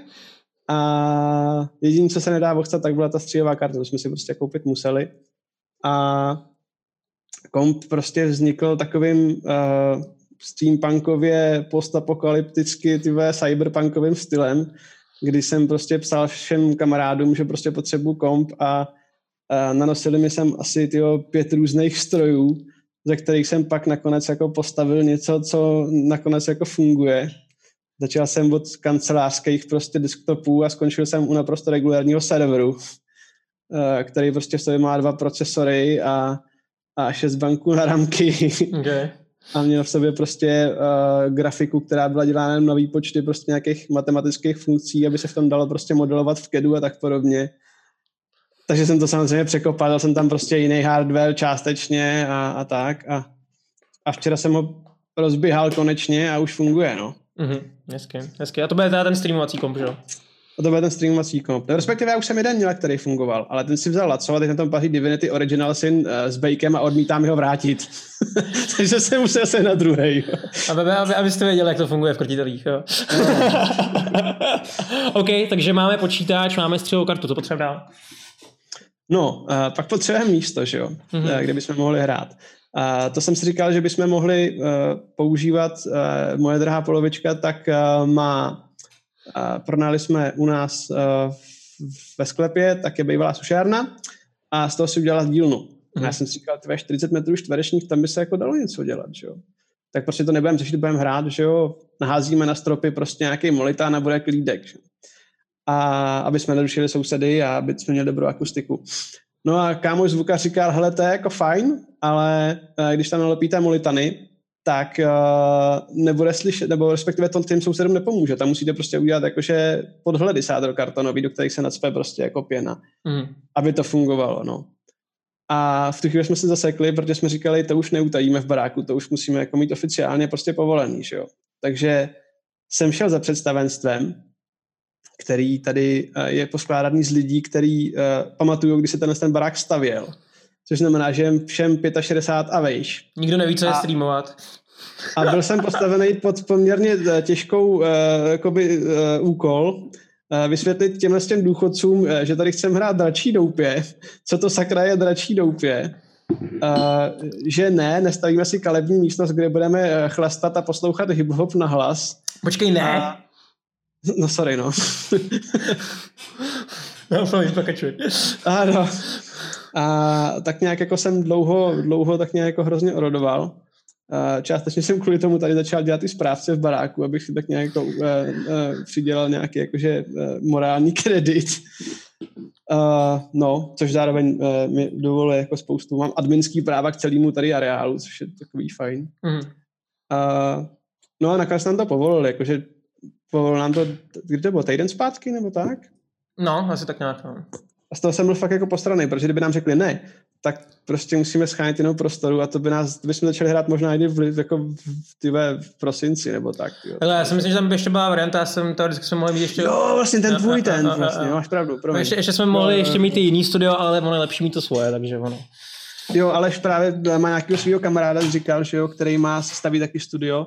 A jediné, co se nedá vochcat, tak byla ta střihová karta, to jsme si prostě koupit museli. A komp prostě vznikl takovým steampunkově, postapokalypticky, cyberpunkovým stylem, kdy jsem prostě psal všem kamarádům, že prostě potřebuju komp a nanosili mi sem asi 5 různých strojů, ze kterých jsem pak nakonec jako postavil něco, co nakonec jako funguje. Začal jsem od kancelářských prostě desktopů a skončil jsem u naprosto regulárního serveru, který prostě v sobě má 2 procesory a 6 banků na ramky. Okay. A měl v sobě prostě grafiku, která byla dělána na výpočty prostě nějakých matematických funkcí, aby se v tom dalo prostě modelovat v CADu a tak podobně. Takže jsem to samozřejmě překopal, dal jsem tam prostě jiný hardware částečně a tak. A včera jsem ho rozběhal konečně a už funguje, no. Hezky. A to bude teda ten streamovací komp, že jo? A to byl ten streamovací komp. No, respektive já už jsem jeden měl, který fungoval, ale ten si vzal Laco a teď na tom paří Divinity Original Sin s Bakem a odmítám ho vrátit. Takže jsem musel se na druhej. Abyste věděli, jak to funguje v krotitelích, jo? OK, takže máme počítač, máme střihovou kartu, co potřebujeme dál? No, pak potřebujeme místo, že jo, kde bychom mohli hrát. To jsem si říkal, že bychom mohli používat, moje drahá polovička, tak pronali jsme u nás ve sklepě, tak je bývalá sušárna a z toho si udělala dílnu. Já jsem si říkal, 40 metrů čtverečních, tam by se jako dalo něco dělat, že jo. Tak prostě to nebudeme řešit, budeme hrát, že jo, naházíme na stropy prostě nějaký molitán a bude klídek, že? A aby jsme nerušili sousedy a aby jsme měli dobrou akustiku. No a kámoš zvukař říkal, hele, to je jako fajn, ale když tam nalepíte molitany, tak nebude slyšet, nebo respektive to těm sousedům nepomůže. Tam musíte prostě udělat jakože podhledy sádrokartonový, do kterých se nacpe prostě jako pěna, aby to fungovalo, no. A v tu chvíli jsme se zasekli, protože jsme říkali, to už neutajíme v baráku, to už musíme jako mít oficiálně prostě povolený, že jo. Takže jsem šel za představenstvem, který tady je poskládaný z lidí, který pamatují, když se ten barák stavěl. Což znamená, že všem 65 a vejš. Nikdo neví, co je streamovat. A byl jsem postavený pod poměrně těžkou úkol vysvětlit těm důchodcům, že tady chcem hrát dračí doupě. Co to sakra je dračí doupě? Že nestavíme si kalební místnost, kde budeme chlastat a poslouchat hip-hop na hlas. Počkej, ne. No sorry, no. No, pokračuj. Ano. A tak nějak jako jsem dlouho tak nějak jako hrozně orodoval. Částečně jsem kvůli tomu tady začal dělat i správce v baráku, abych si tak nějak jako přidělal nějaký jakože morální kredit. No, což zároveň mi dovoluje jako spoustu. Mám adminský práva k celému tady areálu, což je takový fajn. No a nakonec nám to povolili, jakože povolil nám to, kdy to bylo, týden zpátky nebo tak? No, asi tak nějak. No. A z toho jsem byl fakt jako postranej, protože kdyby nám řekli ne, tak prostě musíme schánit jinou prostoru a to bychom začali hrát možná i v prosinci nebo tak. Hele, já si myslím, že tam ještě byla varianta, já jsem teoreticky jsme mohli mít ještě... Jo, vlastně ten tvůj vlastně, máš pravdu. Ještě jsme mohli ještě mít i jiný studio, ale ono je lepší mít to svoje, takže ono. Jo, Aleš právě má nějakého svého kamaráda, říkal, že jo, který má staví taky studio.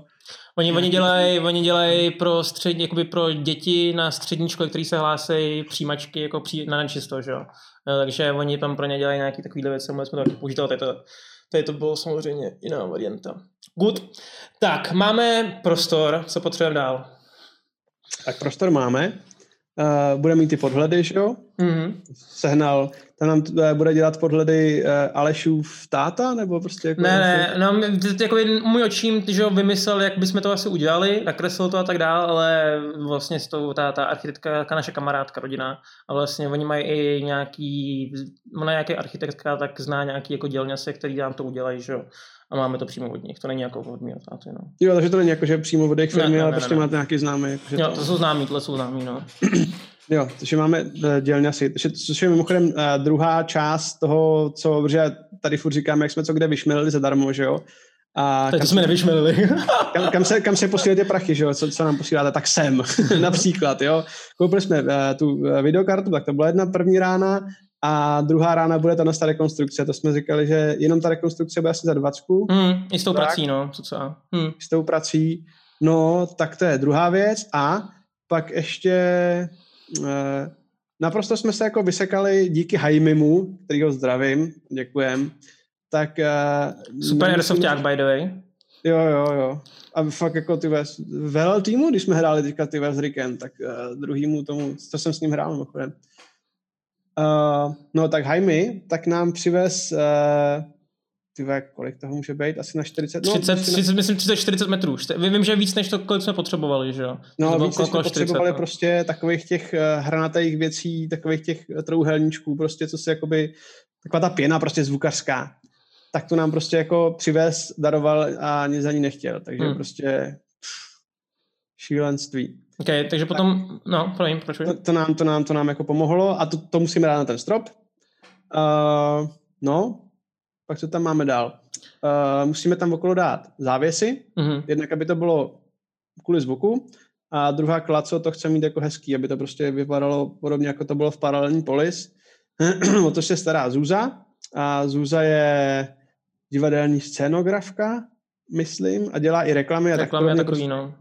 Oni dělají pro střední, jakoby pro děti na střední škole, který se hlásí přijímačky jako na nečisto, že jo. Takže oni tam pro ně dělají nějaký takovýhle věci, mohli jsme to taky použít, ale tady to bylo samozřejmě jiná varianta. Good. Tak, máme prostor, co potřebujeme dál? Tak prostor máme. Bude mít ty podhledy, že jo? Sehnal, tam nám bude dělat podhledy Alešův táta, nebo prostě jako... Ne, no, jako můj očím, že jo, vymyslel, jak bychom to asi udělali, nakreslil to a tak dál, ale vlastně s tou ta architektka, naše kamarádka, rodina, a vlastně oni mají i ona nějaký architektka, tak zná nějaký jako dělňase, který nám to udělají, že jo. A máme to přímo od nich, to není jako od mého táty, no. Jo, takže to není jako, že přímo od jejich firmy, ale prostě máte nějaký známý. Jako, jo, to jsou známý, no. Jo, takže máme dělňasy, což je mimochodem druhá část toho, protože tady furt říkáme, jak jsme co kde vyšmelili zadarmo, že jo. A to jsme nevyšmelili. kam se posílají prachy, že jo, co nám posíláte, tak sem, například, jo. Koupili jsme tu videokartu, tak to byla jedna první rána a druhá rána bude ta rekonstrukce, to jsme říkali, že jenom ta rekonstrukce bude asi za 20. I s tou prací, no, co. S tou prací, no, tak to je druhá věc a pak ještě... naprosto jsme se jako vysekali díky Haimimu, kterýho zdravím, děkujem. Tak... Super airsofták, by the way. Jo. A fakt jako velel týmu, když jsme hráli teďka s Rickem, tak druhýmu tomu, co jsem s ním hrál mimochodem. No tak Haimi, tak nám přivez kolik toho může být? Asi na 40? 30-40 metrů. Vím, že víc než to, kolik jsme potřebovali, že jo? No, víc než jsme potřebovali prostě takových těch hranatých věcí, takových těch trouhelníčků, prostě, co se jakoby, taková ta pěna prostě zvukařská. Tak to nám prostě jako přivez, daroval a nic za ní nechtěl. Takže prostě šílenství. OK, takže potom, proč? To nám jako pomohlo a to musíme dát na ten strop. Pak co tam máme dál? Musíme tam okolo dát závěsy, jednak aby to bylo kvůli zvuku a druhá klaco to chce mít jako hezký, aby to prostě vypadalo podobně, jako to bylo v Paralelní polis. O to se stará Zúza a Zúza je divadelní scénografka, myslím, a dělá i reklamy. Reklamy a takový, no.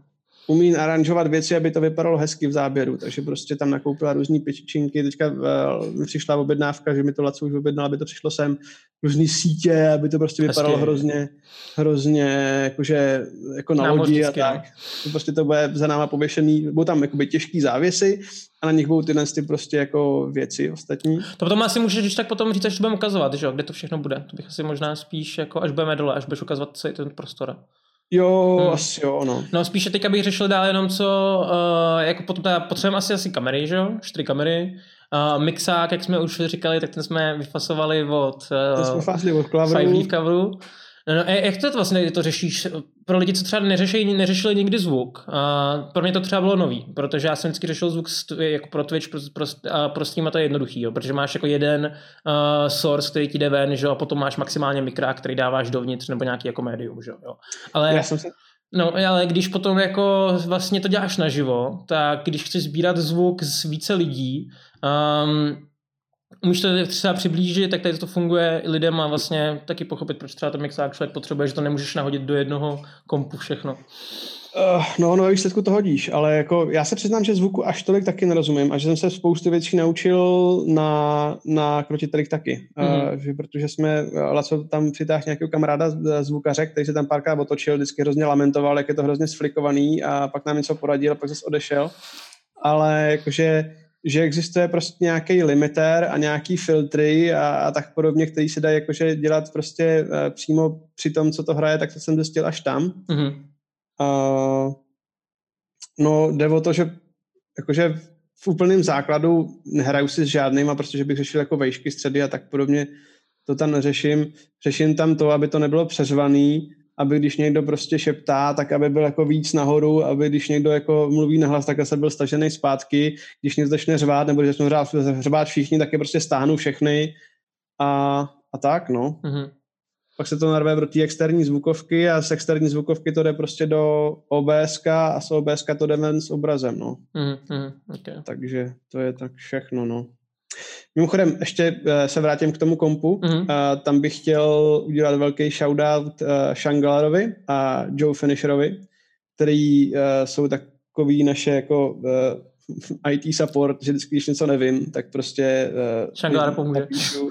umí aranžovat věci, aby to vypadalo hezky v záběru, takže prostě tam nakoupila různý pičinky, teďka přišla objednávka, že mi to Laco už objednal, aby to přišlo sem, různý sítě, aby to prostě vypadalo hrozně jakože, jako na lodi a tak. Prostě to bude za náma pověšený, budou tam jakoby těžký závěsy a na nich budou tyhle prostě jako věci ostatní. To potom asi můžeš tak potom říct, až to budeme ukazovat, že jo, kde to všechno bude. To bych asi možná spíš, jako až budeme dole, až budeš ukazovat celý ten prostor. Jo, asi jo, no. No spíše teďka bych řešil dál jenom co, jako potom potřebujeme asi kamery, že jo, 4 kamery. Mixák, jak jsme už říkali, tak ten jsme vyfasovali od Five Leaf Coveru. No, jak to vlastně to řešíš? Pro lidi, co třeba neřešili nikdy zvuk, pro mě to třeba bylo nový, protože já jsem vždycky řešil zvuk jako pro Twitch, pro stream a to je jednoduchý, jo, protože máš jako jeden source, který ti jde ven, že, a potom máš maximálně mikrák, který dáváš dovnitř, nebo nějaký jako médium. Že, jo. Ale když potom jako vlastně to děláš naživo, tak když chceš sbírat zvuk z více lidí, můžeš to třeba přiblížit, tak tady to funguje i lidem a vlastně taky pochopit, proč třeba ten mixák člověk potřebuje, že to nemůžeš nahodit do jednoho kompu všechno. No ve výsledku to hodíš, ale jako já se přiznám, že zvuku až tolik taky nerozumím a že jsem se spoustu věcí naučil na krotitelích taky. Protože Laco tam přitáhl nějakého kamaráda zvukaře, který se tam párkrát otočil, vždycky hrozně lamentoval, jak je to hrozně sflikovaný a pak nám něco poradil a pak zase odešel. Ale jakože že existuje prostě nějaký limiter a nějaký filtry a tak podobně, který se dají jakože dělat prostě přímo při tom, co to hraje, tak to jsem zjistil až tam. No jde o to, že jakože v úplném základu nehraju si s žádnýma, protože bych řešil jako vejšky, středy a tak podobně, to tam neřeším. Řeším tam to, aby to nebylo přeřvaný, aby když někdo prostě šeptá, tak aby byl jako víc nahoru, aby když někdo jako mluví nahlas, tak se byl stažený zpátky, když někdo začne řvát, nebo když začnou řvát všichni, tak je prostě stáhnu všechny a tak, no. Pak se to narve do té externí zvukovky a z externí zvukovky to jde prostě do OBSK a z OBSK to jde ven s obrazem, no. Okay. Takže to je tak všechno, no. Mimochodem, ještě se vrátím k tomu kompu. Tam bych chtěl udělat velký shoutout Shangalarovi a Joe Finisherovi, který jsou takový naše jako IT support, že vždycky, když něco nevím, tak prostě Shangalar pomůže.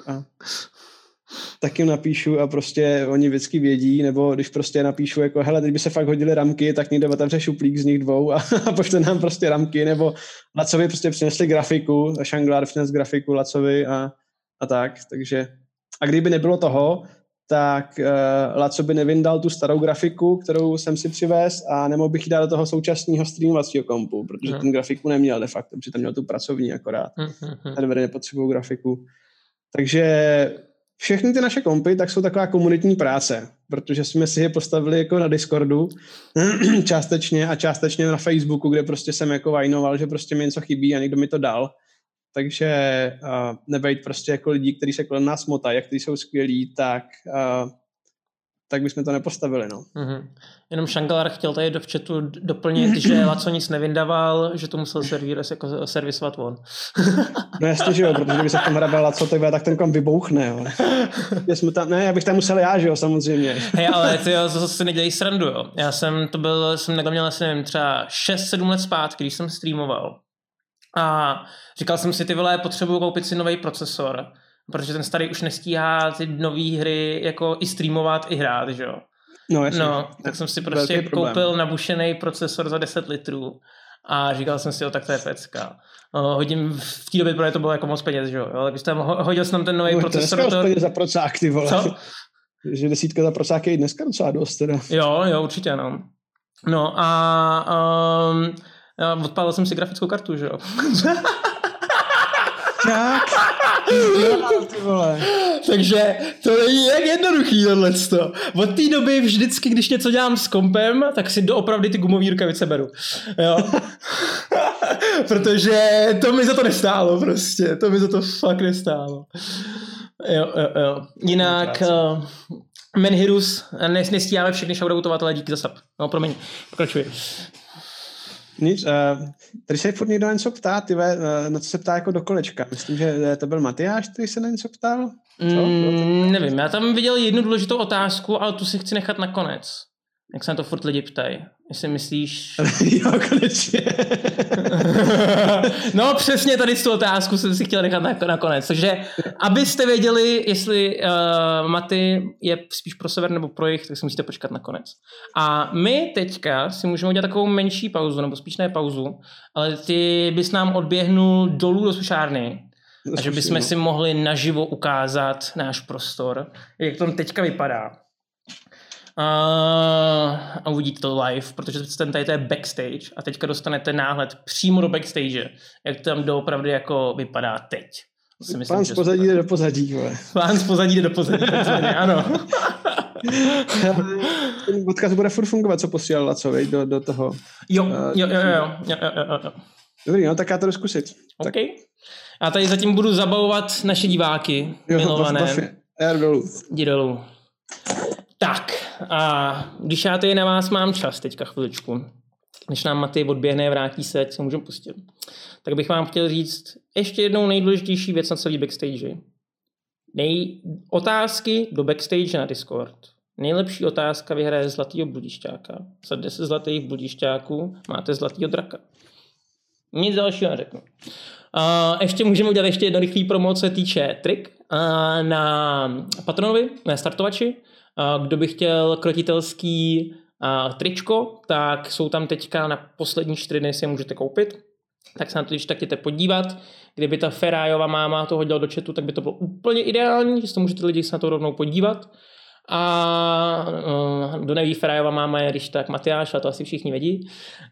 Tak jim napíšu a prostě oni vždycky vědí, nebo když prostě napíšu jako hele, teď by se fakt hodily ramky, tak někdo otevře šuplík z nich dvou a pošle nám prostě ramky, nebo Lacovi prostě přinesli grafiku, Shangalar přines grafiku Lacovi a tak, takže a kdyby nebylo toho, tak Laco by nevyndal tu starou grafiku, kterou jsem si přivez a nemohl bych ji dát do toho současného streamovacího kompu, protože ten grafiku neměl de facto, protože tam měl tu pracovní akorát. Servery nepotřebují grafiku. Takže všechny ty naše kompy tak jsou taková komunitní práce, protože jsme si je postavili jako na Discordu částečně a částečně na Facebooku, kde prostě jsem jako vajnoval, že prostě mi něco chybí a někdo mi to dal. Takže nebejt prostě jako lidí, kteří se kolem nás motají, kteří jsou skvělí, tak bychom to nepostavili, no. Jenom Shangalar chtěl tady do chatu doplnit, že Laco nic nevyndával, že to musel servisovat on. No jasně, že jo, protože kdyby se v tom hrabal Laco, tak ten kom vybouchne, jo. Já bych tam musel já, že jo, samozřejmě. Hej, ale ty jo, zase si nedělej srandu, jo. Já jsem takhle měl asi, nevím, třeba 6-7 let zpátky, když jsem streamoval. A říkal jsem si, ty vole, potřebuju koupit si nový procesor, protože ten starý už nestíhá ty nový hry jako i streamovat, i hrát, že jo. No, jasně. No, tak jsem si prostě koupil nabušený procesor za 10 litrů a říkal jsem si, tak to je pecka. Hodím v té době, protože to bylo jako moc peněz, že jo. Ale když tam hodil jsem tam ten nový procesor. To je za procák, ty vole. Co? Že 10 za procák je i dneska docela dost, teda. Jo, určitě, no. No a odpálil jsem si grafickou kartu, že jo. Tak. Ty vole. Takže to není jak jednoduchý tohleto. Od té doby vždycky, když něco dělám s kompem, tak si doopravdy ty gumové rukavice beru. Jo. Protože to mi za to nestálo prostě. To mi za to fakt nestálo. Jo. Jinak Menhirus, nestíháme všechny shoutoutovat, ale díky za sub. No, promiň, pokračuji. Nic, tady se furt někdo něco ptá, na co se ptá jako do kolečka. Myslím, že to byl Matyáš, který se na něco ptal? Nevím, já tam viděl jednu důležitou otázku, ale tu si chci nechat nakonec. Jak se na to furt lidi ptají. Jestli myslíš... Jo, konečně. No přesně tady tu otázku jsem si chtěl nechat nakonec. Takže abyste věděli, jestli Maty je spíš pro sever nebo pro jih, tak si musíte počkat nakonec. A my teďka si můžeme udělat takovou menší pauzu, nebo spíš ne pauzu, ale ty bys nám odběhnul dolů do sušárny. A že bychom si mohli naživo ukázat náš prostor, jak to teďka vypadá. A uvidíte to live, protože tady to je backstage a teďka dostanete náhled přímo do backstage, jak to tam doopravdy jako vypadá teď. Plán z pozadí jde do pozadí. Plán z pozadí jde do pozadí, ano. Ten podcast bude furt fungovat, co posílal Laco, do toho. Jo. Dobrý, no tak já to jdu zkusit. OK. Já tady zatím budu zabavovat naše diváky, milované. Já jdu dolů. Jdi dolů. Tak, a když já tady na vás mám čas teďka chviličku, než nám Maty odběhne, vrátí se, ať se můžeme pustit, tak bych vám chtěl říct ještě jednou nejdůležitější věc na celý backstage. Otázky do backstage na Discord. Nejlepší otázka vyhraje zlatýho bludišťáka. Za 10 zlatých bludišťáků máte zlatýho draka. Nic dalšího neřeknu. Ještě můžeme udělat ještě jedno rychlý promo, co se týče trik na patronovi, na startovači. Kdo by chtěl krotitelský tričko, tak jsou tam teďka na poslední 4 dny si je můžete koupit. Tak se na to když tak jděte podívat. Kdyby ta Ferajova máma to hodila do chatu, tak by to bylo úplně ideální, že to můžete lidi se na to rovnou podívat. A kdo neví, Ferajova máma je když tak Matyáš, a to asi všichni vědí.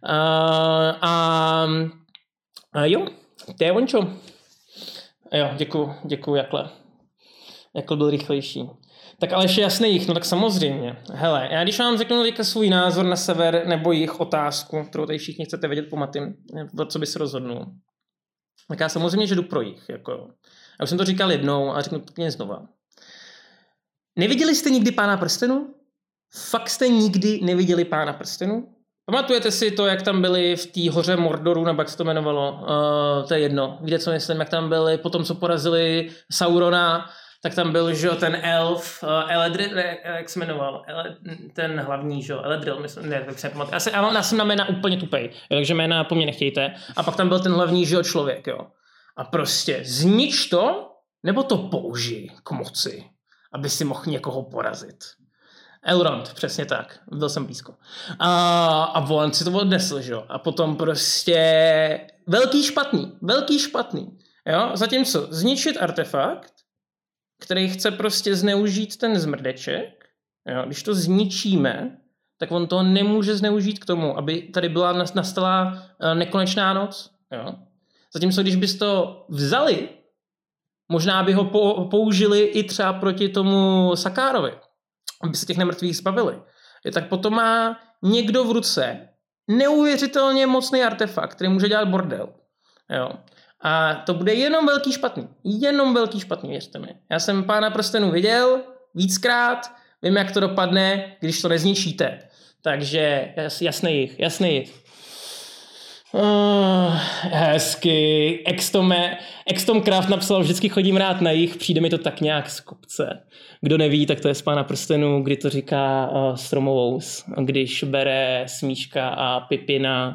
A jo, to je ončo. Jo, děkuju, Jakle. Jakle byl rychlejší. Tak ale ještě jasný, no tak samozřejmě. Hele, já když vám řeknu teďka svůj názor na sever nebo jich otázku, kterou tady všichni chcete vědět po Matym, co by se rozhodnul. Tak já samozřejmě, že jdu pro jich. Jako. Já už jsem to říkal jednou a řeknu to klidně znova. Neviděli jste nikdy Pána prstenů? Fakt jste nikdy neviděli Pána prstenů? Pamatujete si to, jak tam byli v té hoře Mordoru, nebo jak se to jmenovalo? To je jedno. Víte, co myslím, jak tam byli potom, co porazili Saurona, tak tam byl, že ten elf, Eledril, jak se jmenoval, ten hlavní, že Eledril, myslím, ne, tak se nepamatuji. Já jsem na jména úplně tupej, takže jména po mně nechtějte. A pak tam byl ten hlavní, že člověk, jo. A prostě znič to, nebo to použij k moci, aby si mohl někoho porazit. Elrond, přesně tak, byl jsem blízko. A on si to odnesl, že jo. A potom prostě velký špatný, jo. Zatímco zničit artefakt, který chce prostě zneužít ten zmrdeček, jo, když to zničíme, tak on to nemůže zneužít k tomu, aby tady byla nastala nekonečná noc. Jo. Zatímco když bys to vzali, možná by ho použili i třeba proti tomu Sakárovi, aby se těch nemrtvých zbavili. Tak potom má někdo v ruce neuvěřitelně mocný artefakt, který může dělat bordel. Jo. A to bude jenom velký špatný, věřte mi. Já jsem Pána prstenů viděl víckrát, vím, jak to dopadne, když to nezničíte. Takže jasný jich. Hezky. Extomcraft napsal, vždycky chodím rád na jich, přijde mi to tak nějak z kopce. Kdo neví, tak to je z Pána prstenů, kdy to říká Stromovous, když bere Smíška a Pipina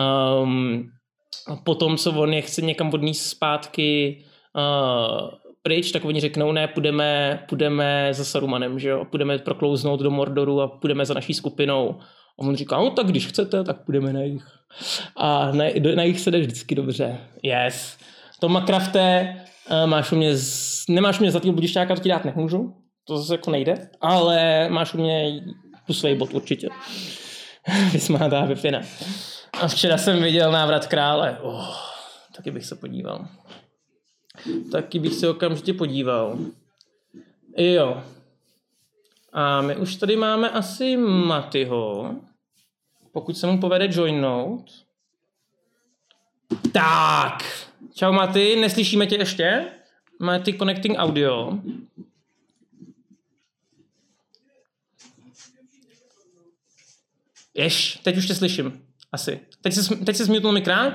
potom, co on je chce někam odníst zpátky pryč, tak oni řeknou, ne, půjdeme za Sarumanem, že jo, půjdeme proklouznout do Mordoru a půjdeme za naší skupinou. A on říká, no tak když chcete, tak půjdeme na jich. A na jich se jde vždycky dobře. Yes. Toma Crafte, nemáš u mě zlatýho budišťáka, to ti dát nemůžu, to zase jako nejde, ale máš u mě plusový bod určitě. Vysmátá Pipina. A včera jsem viděl Návrat krále. Taky bych se podíval. Taky bych se okamžitě podíval. Jo. A my už tady máme asi Matyho. Pokud se mu povede joinout. Tak. Čau Maty, neslyšíme tě ještě? Maty connecting audio. Teď už tě slyším. Asi. Teď se zmutnul mikrák?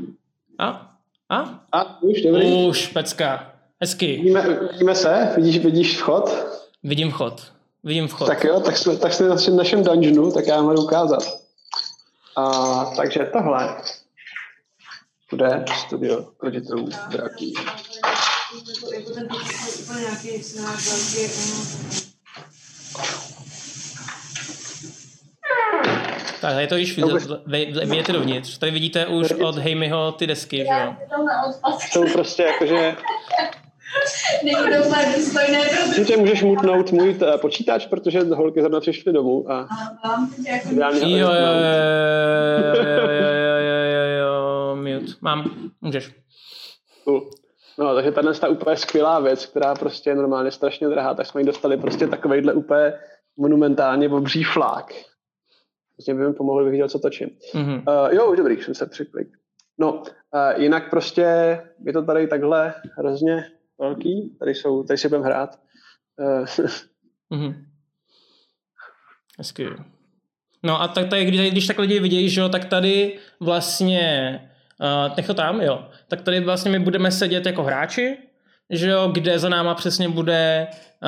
Už, dobrý. Už, pecka. Hezky. Vidíme se? Vidíš vchod? Vidím vchod. Vidím vchod. Tak jo, tak jsme na našem dungeonu, tak já vám budu ukázat. Takže tohle bude studio roditelů draků. Jako ten úplně nějaký scénář velký. Tak, tady to již vidíte dovnitř. Tady vidíte už od Hejmiho ty desky, že jo? Jsou prostě jakože... Není to úplně důstojné, protože... Určitě můžeš mutnout můj počítač, protože holky zrovna přišly domů a... Mám teď jako... Jo, mute. Mám, můžeš. No, takže tahle je úplně skvělá věc, která prostě je normálně strašně drahá, tak jsme jí dostali prostě takovejhle úplně monumentálně obří flák. Vlastně by mi pomohlo vidět, co točím. Jo, už dobrý, jsem se přiklik. No, jinak prostě je to tady takhle hrozně velký, tady si budeme hrát. Hezky. No a tak tady, když tak lidi vidějí, že jo, tak tady vlastně, nech to tam, jo, tak tady vlastně my budeme sedět jako hráči, že jo, kde za náma přesně bude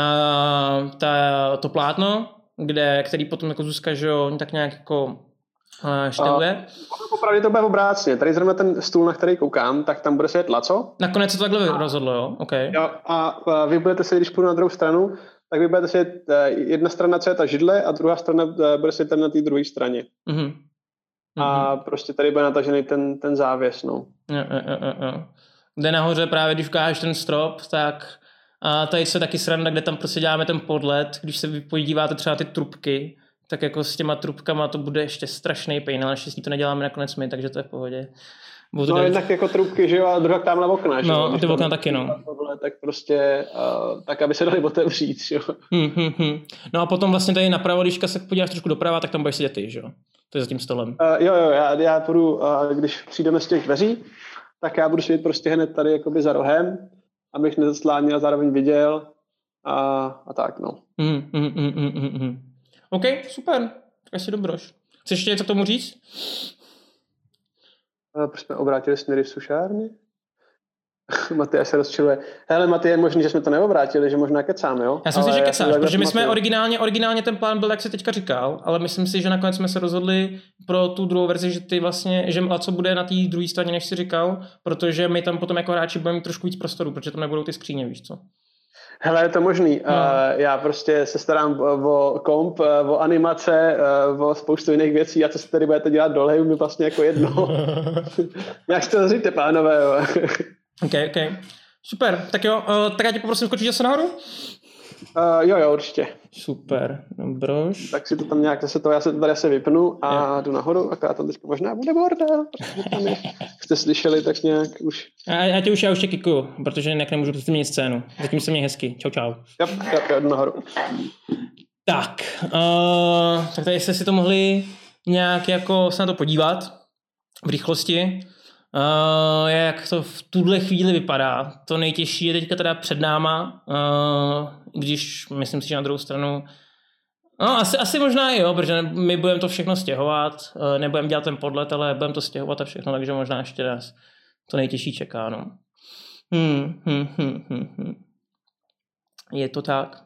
to plátno, který potom jako Zuzka, že jo, tak nějak jako šteluje. Popravdě to bude obrácně. Tady zrovna ten stůl, na který koukám, tak tam bude sedět Laco. Nakonec se to takhle rozhodlo, jo? Okay. Jo, a vy budete sedět, když půjdu na druhou stranu, tak vy budete sedět jedna strana, co je ta židle, a druhá strana bude sedět na té druhé straně. A prostě tady bude natažený ten závěs, no. Jo. Kde nahoře právě, když ukážeš ten strop, tak a tady se taky sranda, kde tam prostě děláme ten podlet, když se vy podíváte třeba ty trubky, tak jako s těma trubkama to bude ještě strašný pain, ale naštěstí to neděláme nakonec my, takže to je v pohodě. No jednak jako trubky, že jo, a druhá tamhle okna, že jo. No, ty okna taky, no. Tohle, tak prostě, tak aby se dali otevřít, že jo. No a potom vlastně tady napravo, když se podíváš trošku doprava, tak tam budeš sedět ty, že jo. To je za tím stolem. Jo, já půjdu, když přijdeme z těch dveří, tak já budu sedět prostě hned tady jakoby za rohem, abych nezaslánil a zároveň viděl a tak, no. OK, super, tak asi dobroš. Chceš ještě něco k tomu říct? Proč jsme obrátili směry v sušárně? Matyáš se rozčiluje. Hele, Matyáš, je možný, že jsme to neobrátili, že možná kecáme, jo? Já si myslím, že kecáš, protože my jsme originálně ten plán byl, jak se teďka říkal, ale myslím si, že nakonec jsme se rozhodli pro tu druhou verzi, že ty vlastně, že Laco bude na té druhé straně, než si říkal, protože my tam potom jako hráči budeme mít trošku víc prostoru, protože tam nebudou ty skříně, víš co? Hele, je to možný. No. Já prostě se starám o komp, o animace, o spoustu jiných věcí a co si tady budete dělat dole, je mi vlastně jako jedno. Jak si to zříte, pánové. OK. Super, tak jo, tak já tě poprosím skočit zase nahoru? Jo, určitě. Super, dobroš. Tak si to tam nějak zase já se tady asi vypnu a jdu nahoru, akorát tam teďka možná bude bordel, protože tam jste slyšeli tak nějak už. Já už tě kikuju, protože jinak nemůžu představit scénu. Zatím se měj hezky. Čau. Jo, jdu nahoru. Tak tady jste si to mohli nějak jako se na to podívat v rychlosti. Jak to v tuhle chvíli vypadá. To nejtěžší je teďka teda před náma, když myslím si, že na druhou stranu asi možná jo, protože my budeme to všechno stěhovat, nebudeme dělat ten podlet, ale budeme to stěhovat a všechno, takže možná ještě nás to nejtěžší čeká, no. Je to tak.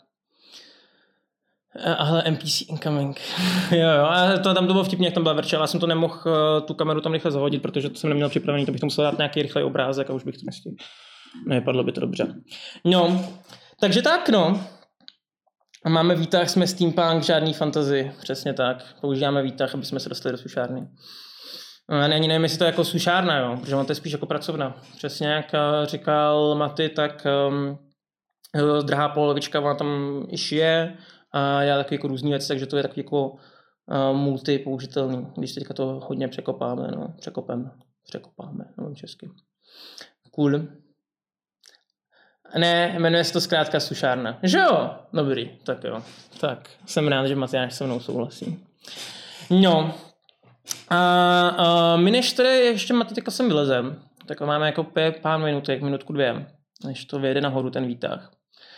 Ale NPC incoming. jo, a tam to bylo vtipně, jak tam byla virtual. Já jsem to nemohl tu kameru tam rychle zahodit, protože to jsem neměl připravený, to bych to musel dát nějaký rychlej obrázek a už bych to nestihl. Nepadlo by to dobře. No, takže tak, no. Máme výtah, jsme steampunk, žádný fantasy, přesně tak. Používáme výtah, aby jsme se dostali do sušárny. Ani nevím, jestli to je jako sušárna, jo, protože on to je spíš jako pracovna. Přesně jak říkal Maty, tak drahá polovička, ona tam i šije a já takový jako různý věci, takže to je takový jako multipoužitelný, když teďka to hodně překopáme, nevím česky. Cool. Ne, jmenuje se to zkrátka sušárna. Že jo? Dobrý, tak jo. Tak, jsem rád, že Matyáš se mnou souhlasí. No, a my než tady ještě Matyka sem vylezem, tak máme jako pár minutek, minutku 2, než to vyjede nahoru ten výtah.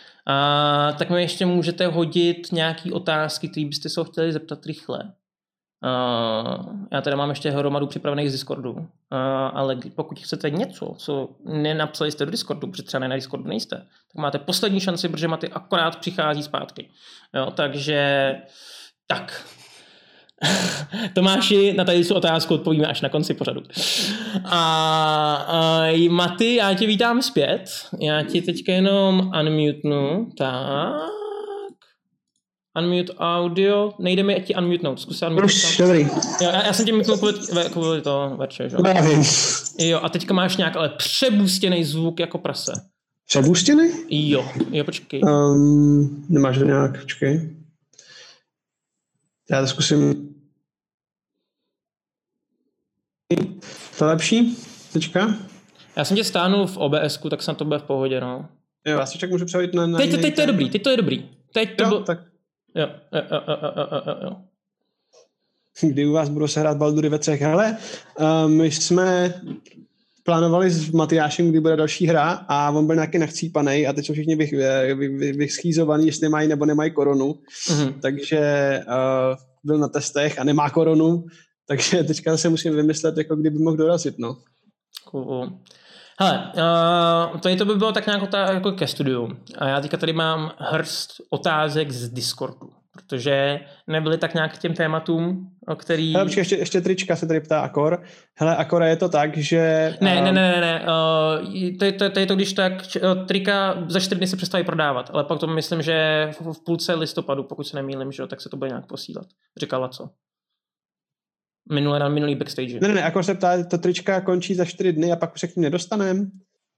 Tak mi ještě můžete hodit nějaký otázky, které byste se ho chtěli zeptat rychle. Já teda mám ještě hromadu připravených z Discordu, ale pokud chcete něco, co nenapsali jste do Discordu, protože třeba na Discordu nejste, tak máte poslední šanci, protože Maty akorát přichází zpátky. Jo, takže tak. Tomáši, na tady tu otázku odpovíme až na konci pořadu. Maty, já tě vítám zpět. Já ti teďka jenom unmutenu. Tak. Unmute audio. Nejde mi ti unmutenout. Zkus se unmutenout. Už, dobrý. Jo, já jsem tě mutnul kvůli to verče, že? Jo, a teďka máš nějak ale přebustěnej zvuk jako prase. Přebustěný? Jo, počkej. Nemáš to nějak, počkej. Já to zkusím. To lepší? Teďka? Já jsem tě stáhnul v OBSku, tak snad to bude v pohodě, no. Jo, já si však můžu přehodit na teď to je dobrý, teď to je dobrý. Teď to jo, tak. Jo. Kdy u vás budou se hrát Baldury ve 3. Hele, my jsme plánovali s Matyášem, kdy bude další hra a on byl nějaký nachcípanej a teď jsou všichni vyschýzovaný, jestli mají nebo nemají koronu. Takže byl na testech a nemá koronu, takže teďka se musím vymyslet, jako kdyby mohl dorazit, no. Cool. Hele, to by bylo tak nějak jako ke studiu. A já teďka tady mám hrst otázek z Discordu, protože nebyly tak nějak k těm tématům, o který... Hele, počkej, ještě trička se tady ptá Akor. Hele, Akora, je to tak, že... Ne. To je to, když tak trika za 4 dny se přestaví prodávat, ale pak to myslím, že v půlce listopadu, pokud se nemýlím, že tak se to bude nějak posílat. Říkala co? Minulý backstage. Ne, Akor se ptá, to trička končí za 4 dny a pak už se k ním nedostanem.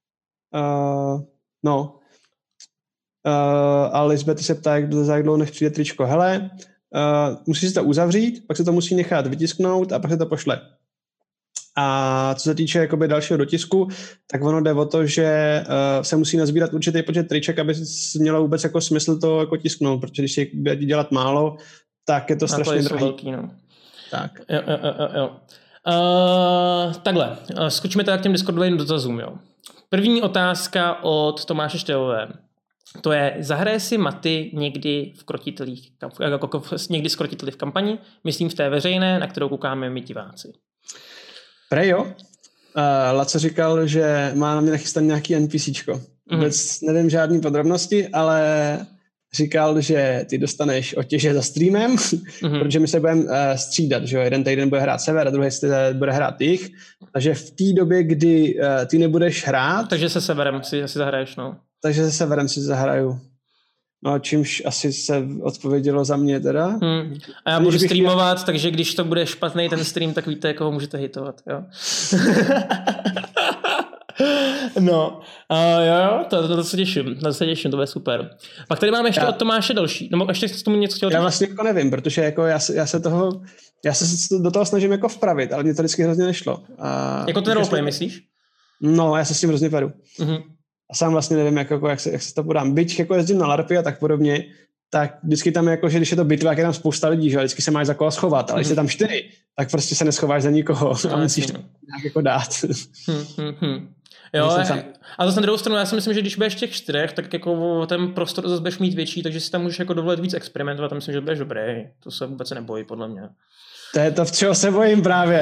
A Lisbeth se ptá, jak dlouho než přijde tričko. Hele, musí se to uzavřít, pak se to musí nechat vytisknout a pak se to pošle. A co se týče jakoby dalšího dotisku, tak ono jde o to, že se musí nazbírat určitý počet triček, aby mělo vůbec jako smysl to jako tisknout, protože když si bude dělat málo, tak je to strašně drahý. Velký, no. Tak. Jo. Takhle, skočíme teda k těm Discordovým dotazům, jo. První otázka od Tomáše Štelové. To je, zahraje si Maty někdy v krotitelích, někdy s krotiteli v kampani, myslím v té veřejné, na kterou koukáme my diváci. Prejo. Laco říkal, že má na mě nachystaný nějaký NPCčko. Vůbec nevím žádný podrobnosti, ale říkal, že ty dostaneš otěže za streamem, protože my se budeme střídat, že jo, jeden týden bude hrát sever a druhý bude hrát jich, takže v té době, kdy ty nebudeš hrát... Takže se severem si zahraješ, no. Takže se severem si zahraju. No, čímž asi se odpovědělo za mě teda. A já budu streamovat, takže když to bude špatný ten stream, tak víte, jak ho můžete hitovat, jo. No, jo, to se těším, to bude super. Pak tady máme ještě od Tomáše další, nebo ještě s tomu něco chtěl říct? Já vlastně jako nevím, protože jako já se do toho snažím jako vpravit, ale mě to vždycky hrozně nešlo. Jako ten roleplay, myslíš? No, já se s tím hrozně peru. A sám vlastně nevím, jak se to podám. Byť jako jezdím na LARPy a tak podobně, tak vždycky tam jako, že když je to bitva, je tam spousta lidí, že vždycky se máš za koho schovat, ale když je tam 4, tak prostě se neschováš za nikoho a musíš to nějak jako dát. Jo, a zase na druhou stranu, já si myslím, že když budeš těch 4, tak jako ten prostor zase budeš mít větší, takže si tam můžeš jako dovolit víc experimentovat a myslím, že budeš dobrý. To se vůbec nebojí, podle mě. To je to, v čeho se bojím právě.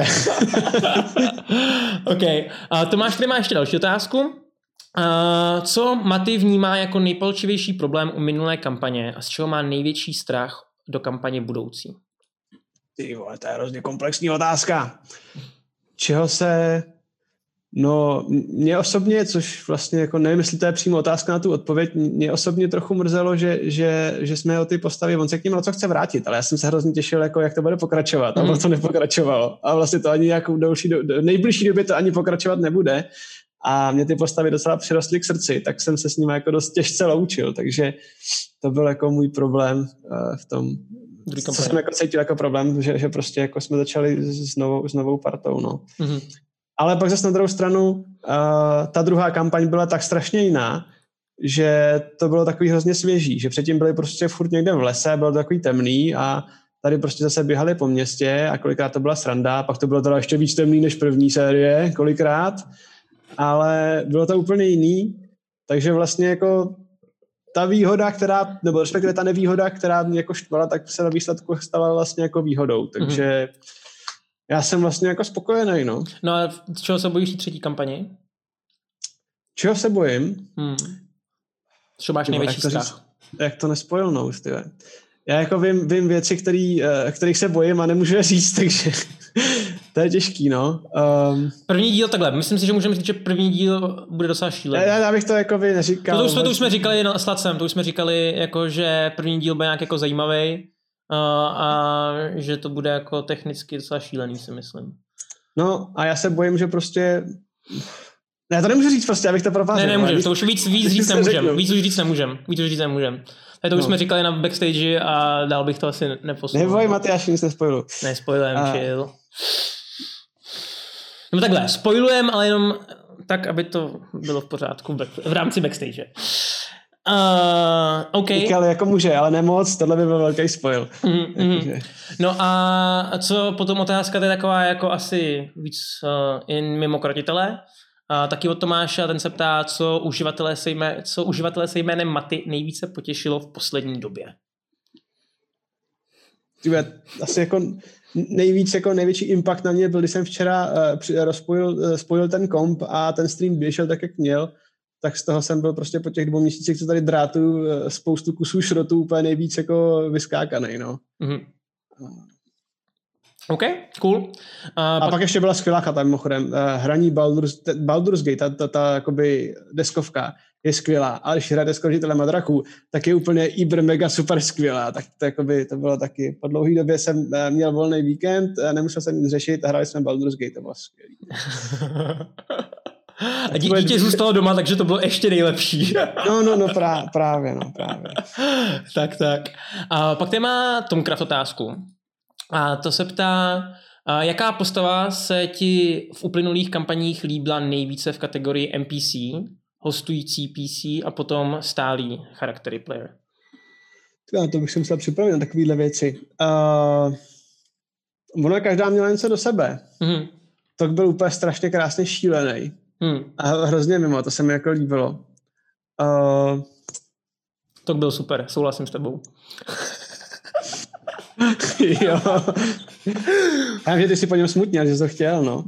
OK. Tomáš tady má ještě další otázku. Co Maty vnímá jako nejpalčivější problém u minulé kampaně a z čeho má největší strach do kampaně budoucí? Ty vole, to je hrozně komplexní otázka. Čeho se... No, mě osobně, což vlastně jako nevím, jestli to je přímo otázka na tu odpověď, mě osobně trochu mrzelo, že jsme o ty postavy, on se k ním na co chce vrátit, ale já jsem se hrozně těšil, jako jak to bude pokračovat, a ono to nepokračovalo. A vlastně to ani nějakou nejbližší době to ani pokračovat nebude. A mě ty postavy docela přirostly k srdci, tak jsem se s nimi jako dost těžce loučil, takže to byl jako můj problém v tom, co jsem jako cítil jako problém, že prostě jako jsme začali s novou partou, no. Ale pak zase na druhou stranu ta druhá kampaň byla tak strašně jiná, že to bylo takový hrozně svěží, že předtím byli prostě furt někde v lese, bylo to takový temný a tady prostě zase běhali po městě a kolikrát to byla sranda, pak to bylo teda ještě víc temný než první série, kolikrát, ale bylo to úplně jiný, takže vlastně jako ta výhoda, nebo respektive ta nevýhoda, která mě jako štvala, tak se na výsledku stala vlastně jako výhodou, takže já jsem vlastně jako spokojený, no. No a čeho se bojíš třetí kampani? Čeho se bojím? Co máš největší strach? Jak to nespojilnou, tyhle. Já jako vím věci, kterých se bojím a nemůžu je říct, takže to je těžký, no. První díl takhle, myslím si, že můžeme říct, že první díl bude docela šílený. Já bych to jako by neříkal. To už jsme říkali s Lacem, to už jsme říkali, jako, že první díl bude nějak jako zajímavý a že to bude jako technicky docela šílený, si myslím. No a já se bojím, že prostě... Ne, to nemůžu říct prostě, abych to propásal. Ne, nemůžem, to už víc říct nemůžem. Víc už říct nemůžem. To už jsme říkali na backstage a dál bych to asi neposlal. Neboj, Matyáš, nic nespoiluju. Nespoilujem, chill. No takhle, spoilujem, ale jenom tak, aby to bylo v pořádku v rámci backstage. OK. Ale jako může, ale nemoc, tohle by byl velký spoil. No a co potom otázka, to je taková jako asi víc jen mimo krotitele. Taky od Tomáša, ten se ptá, co uživatele se jménem Maty nejvíce potěšilo v poslední době. Asi jako největší impact na mě byl, když jsem včera spojil ten komp a ten stream běžel tak, jak měl, tak z toho jsem byl prostě po těch 2 měsících, co tady drátu spoustu kusů šrotu úplně nejvíc jako vyskákanej, no. OK, cool. A pak ještě byla skvělá chata, mimochodem. Hraní Baldur's Gate, ta jakoby deskovka, je skvělá. Ale když hrajete s Krožitelem a draků, tak je úplně mega super skvělá. Tak to bylo taky. Po dlouhé době jsem měl volný víkend, nemusel jsem nic řešit a hráli jsme Baldur's Gate, to bylo skvělý. A dítě zůstalo doma, takže to bylo ještě nejlepší. Právě. Tak. A pak tady má Tomcraft otázku. A to se ptá, jaká postava se ti v uplynulých kampaních líbila nejvíce v kategorii NPC, hostující PC a potom stálý charaktery player? To bych si musel připravit na takovéhle věci. Ono každá měla něco do sebe. To byl úplně strašně krásně šílený. A hrozně mimo, to se mi jako líbilo. To byl super, souhlasím s tebou. Jo. Já vím, že ty si po něm smutněl, že jsi to chtěl, no.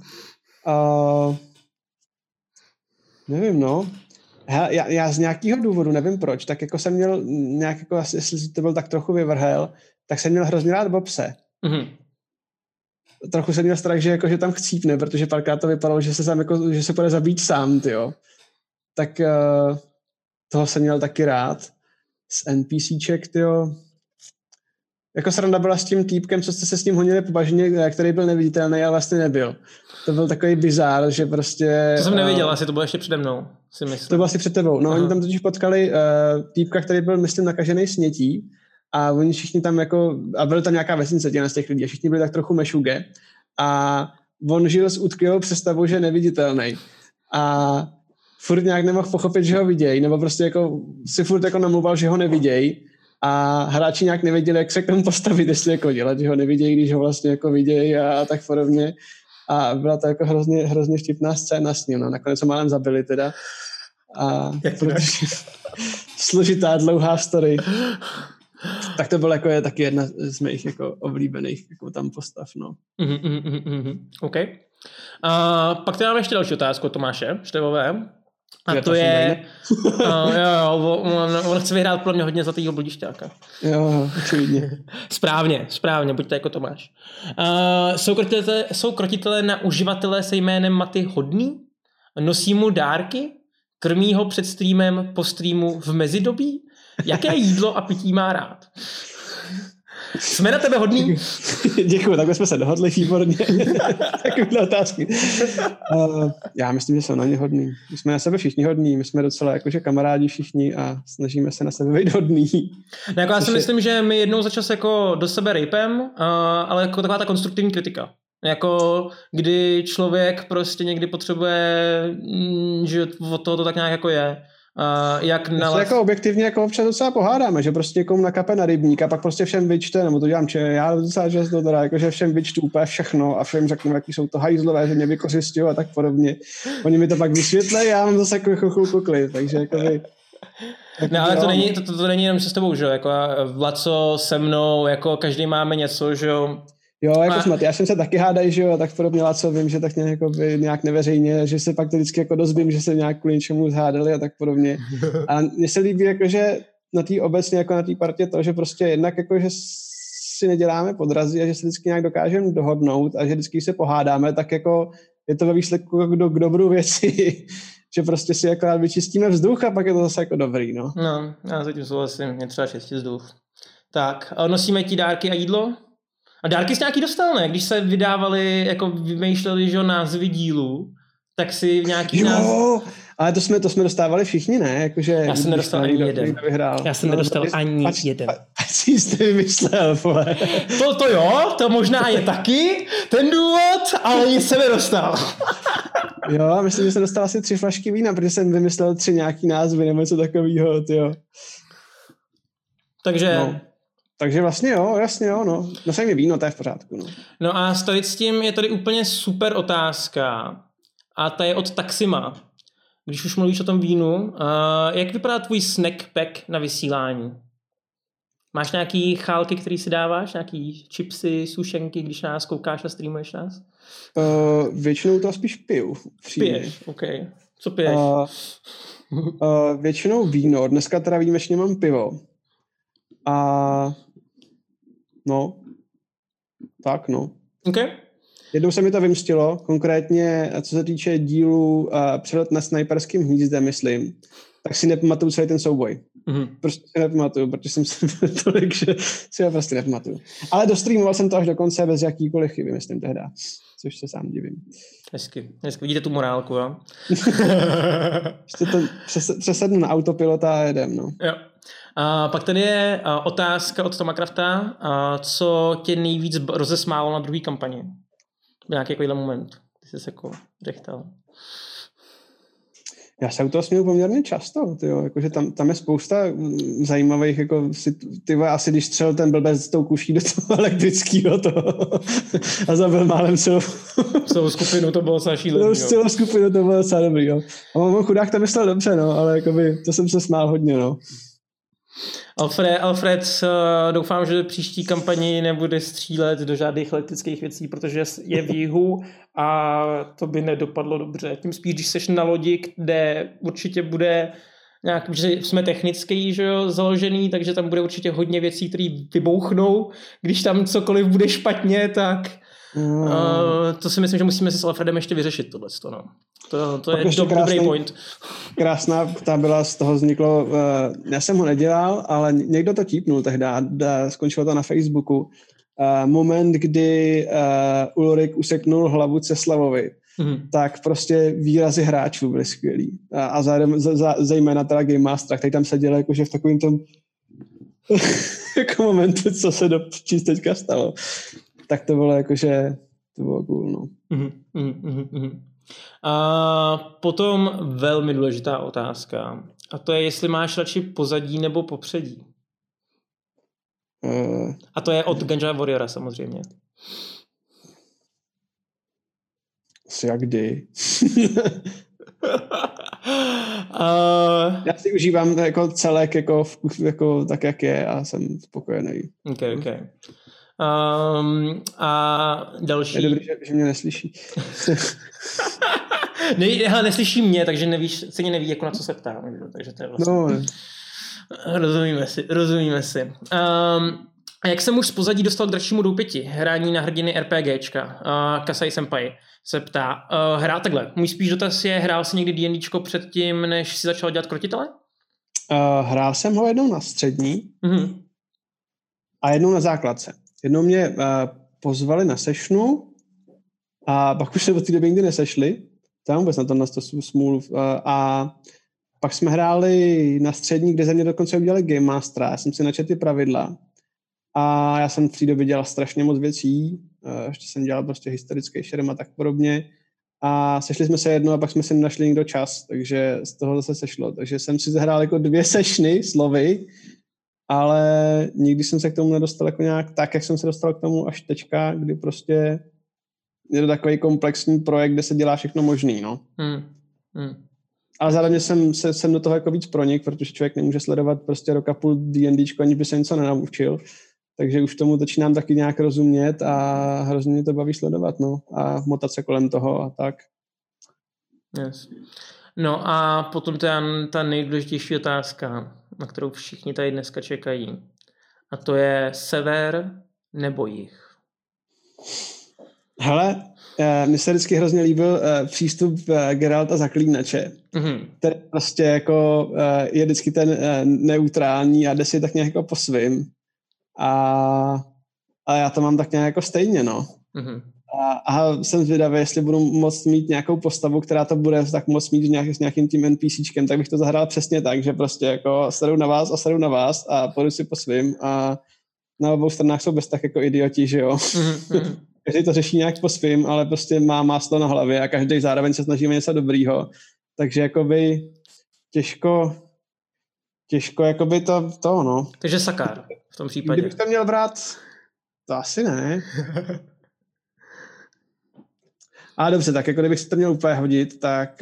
Nevím, no. Já z nějakého důvodu, nevím proč, tak jako jsem měl nějak jako, jestli to byl tak trochu vyvrhel, tak jsem měl hrozně rád Bobse. Trochu jsem měl strach, že tam chcípne, protože párkrát to vypadalo, že že se půjde zabít sám, tyjo. Tak toho jsem měl taky rád. Z NPCček, tyjo. Jako sranda byla s tím týpkem, co jste se s ním honili po bažině, který byl neviditelný a vlastně nebyl. To byl takový bizár, že prostě... To jsem nevěděl, asi to bylo ještě přede mnou, si myslím. To bylo asi před tebou. No, oni tam totiž potkali týpka, který byl, myslím, nakažený snětí a oni všichni tam jako... A byla tam nějaká vesnice z těch lidí a všichni byli tak trochu mešuge a on žil s utkvělou představou, že je neviditelný. A furt nějak nemohl pochopit, že ho vidějí, nebo prostě jako si furt jako namluval, že ho nevidějí. A hráči nějak nevěděli, jak se k tomu postavit, jestli jako dělat, že ho nevidějí, když ho vlastně jako vidějí a tak podobně. A byla to jako hrozně vtipná scéna s ním. No. Nakonec ho málem zabili teda. A složitá, dlouhá story. Tak to byla jako je taky jedna z mých jako oblíbených jako tam postav. No. OK. Pak tady máme ještě další otázku od Tomáše Števové. A to je... on chce vyhrát podle mě hodně zlatýho bludišťáka. Jo, očividně. Správně, buďte jako Tomáš. Jsou krotitelé na uživatele se jménem Maty hodný? Nosí mu dárky? Krmí ho před streamem, po streamu v mezidobí? Jaké jídlo a pití má rád? Jsme na tebe hodný? Děkuju, takhle jsme se dohodli, výborně. Takovýhle otázky. Já myslím, že jsou na ně hodný. My jsme na sebe všichni hodní, my jsme docela jakože kamarádi všichni a snažíme se na sebe být hodný. No, jako já si myslím, že my jednou za čas jako do sebe rejpem, ale jako taková ta konstruktivní kritika. Jako kdy člověk prostě někdy potřebuje, že od toho to tak nějak jako je. Jak jako objektivně jako občas docela pohádáme, že prostě někomu nakape na rybník a pak prostě všem vyčte, nebo to dělám, já docela často teda, jakože všem vyčtu úplně všechno a všem řeknu, jaký jsou to hajzlové, že mě vykořisťují a tak podobně. Oni mi to pak vysvětlejí, já mám zase jako chvilku klid, takže jakoby No, ale to není jenom se s tebou, že jo, jako Vlaco se mnou, jako každý máme něco, že jo. Jo, jako jsme, já jsem se taky hádaj, že jo, tak podobně Laco, vím, že tak nějak neveřejně, že se pak to vždycky jako dozvím, že se nějak kvůli něčemu zhádali a tak podobně. A mně se líbí, jako, že na té obecně, jako na té partě to, že prostě jednak jako, že si neděláme podrazy a že se vždycky nějak dokážeme dohodnout a že vždycky se pohádáme, tak jako je to ve výsledku k dobru věci, že prostě si akorát vyčistíme vzduch a pak je to zase jako dobrý, no. No, já zatím souhlasím, mě třeba čistit vzduch. Tak, a nosíme ti dárky a jídlo? A dárky jsi nějaký dostal, ne? Když se vydávali, jako vymýšleli, že názvy dílů, tak si nějaký Jo, ale to jsme dostávali všichni, ne? Jakože, já jsem nedostal ani jeden. Já jsem nedostal ani jeden. Ať si jste vymyslel, vole. To jo, to možná je taky ten důvod, ale nic jsem nedostal. Jo, myslím, že jsem dostal asi 3 flašky vína, protože jsem vymyslel 3 nějaký názvy nebo něco takového, tyjo. Takže... No. Takže vlastně jo, jasně jo, no. Nosej mi víno, to je v pořádku, no. No a s tím je tady úplně super otázka a ta je od Taxima. Když už mluvíš o tom vínu, jak vypadá tvůj snack pack na vysílání? Máš nějaký chálky, který si dáváš? Nějaký chipsy, sušenky, když nás koukáš a streamuješ nás? Většinou to spíš piju. Piješ, ok. Co piješ? Většinou víno. Dneska teda výjimečně mám pivo. A no, tak no. Ok. Jednou se mi to vymstilo, konkrétně co se týče dílu Přelet na snajperském hnízdě, myslím, tak si nepamatuju celý ten souboj. Mm-hmm. Prostě si nepamatuju, protože jsem se tolik, že si ho prostě nepamatuju. Ale dostreamoval jsem to až do konce bez jakýkoliv chyby, myslím tehda. Což se sám divím. Hezky. Vidíte tu morálku, jo? Přesednu na autopilota a jedem, no. Jo. A pak tady je otázka od Toma Krafta. Co tě nejvíc rozesmálo na druhé kampani? Nějaký takovýhle moment, kdy jsi se jako řechtal. Já se u toho směju poměrně často, tyjo. Jakože tam je spousta zajímavých, jako asi když střel ten blbec s tou kuší do toho elektrického a zabil málem celou skupinu, to bylo docela šílený. Celou skupinu to bylo docela dobrý, jo. A on chudák to myslel dobře, no, ale jakoby, to jsem se smál hodně, no. Alfred, doufám, že příští kampani nebude střílet do žádných elektrických věcí, protože je v jihu a to by nedopadlo dobře. Tím spíš, když seš na lodi, kde určitě bude nějak, že jsme technický, že jo, založený, takže tam bude určitě hodně věcí, které vybouchnou. Když tam cokoliv bude špatně, tak to si myslím, že musíme si s Alfredem ještě vyřešit tohleto, no. To je dobrý point. Krásná ta byla, z toho vzniklo, já jsem ho nedělal, ale někdo to típnul tehdy, skončilo to na Facebooku. Moment, kdy Ulrik useknul hlavu Ceslavovi, tak prostě výrazy hráčů byly skvělý. A zejména teda Game Master, který tam seděl jakože v takovým tom jako momentu, co se do teďka stalo. Tak to bylo jakože, to bylo cool, no. A potom velmi důležitá otázka. A to je, jestli máš radši pozadí nebo popředí. A to je od Ganja Warriora samozřejmě. Asi jak kdy. Já si užívám jako celek jako tak, jak je a jsem spokojený. Okay. A další... Je dobrý, že mě neslyší. Neslyší mě, takže nevíš, stejně neví, jako na co se ptám. Takže to je vlastně... No. Rozumíme si. A jak se muž z pozadí dostal k dračímu doupěti? Hrání na hrdiny RPGčka. Kasai Senpai se ptá. Takhle, můj spíš dotaz je, hrál jsi někdy D&Dčko předtím, než si začal dělat krotitele? Hrál jsem ho jednou na střední a jednou na základce. Jednou mě pozvali na sešnu a pak už se od té doby nikdy nesešli. To já vůbec na to smůlu. A pak jsme hráli na střední, kde ze mě dokonce udělali Game Mastera. Já jsem si načetl ty pravidla a já jsem v té době dělal strašně moc věcí. Ještě jsem dělal prostě historický šerm a tak podobně. A sešli jsme se jednou a pak jsme si našli někdo čas, takže z toho zase sešlo. Takže jsem si zahrál jako 2 sešny slovy, ale nikdy jsem se k tomu nedostal jako nějak tak, jak jsem se dostal k tomu až teďka, kdy prostě je to takový komplexní projekt, kde se dělá všechno možný, no. Ale zároveň jsem do toho jako víc pronik, protože člověk nemůže sledovat prostě rok a půl D&Dčko, aniž by se něco nenaučil. Takže už tomu začínám taky nějak rozumět a hrozně mě to baví sledovat, no. A motat se kolem toho a tak. Yes. No a potom ta nejdůležitější otázka, na kterou všichni tady dneska čekají. A to je sever nebo jih? Hele, mně se vždycky hrozně líbil přístup Geralta Zaklínače, který prostě jako je vždycky ten neutrální a jde si tak nějak jako po svým. A já to mám tak nějak jako stejně, no. A jsem zvědavý, jestli budu moct mít nějakou postavu, která to bude tak moc mít s nějakým tím NPCčkem, tak bych to zahrál přesně tak, že prostě jako sedu na vás a půjdu si po svým a na obou stranách jsou bez tak jako idioti, že jo. Každý to řeší nějak po svým, ale prostě má máslo na hlavě a každý zároveň se snažíme něco dobrýho. Takže jakoby těžko jakoby to no. Takže Sakár v tom případě. Kdybych to měl brát, to asi ne. A dobře, tak jako kdybych si to měl úplně hodit, tak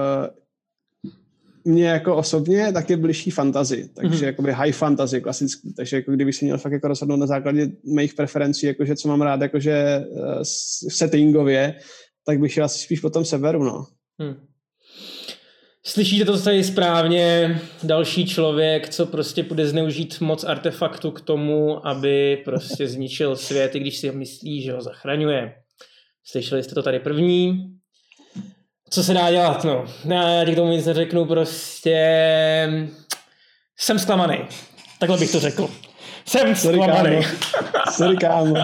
mě jako osobně tak je bližší fantasy, takže jakoby high fantasy klasický, takže jako kdybych si měl fakt jako rozhodnout na základě mých preferencí, jakože co mám rád, jakože settingově, tak bych šel asi spíš po tom severu, no. Slyšíte to tady správně, další člověk, co prostě bude zneužít moc artefaktu k tomu, aby prostě zničil svět, i když si myslí, že ho zachraňuje. Slyšeli jste to tady první. Co se dá dělat, no? Já ti k tomu nic neřeknu, prostě jsem zklamaný. Takhle bych to řekl. Jsem zklamaný. Sorry, kámo.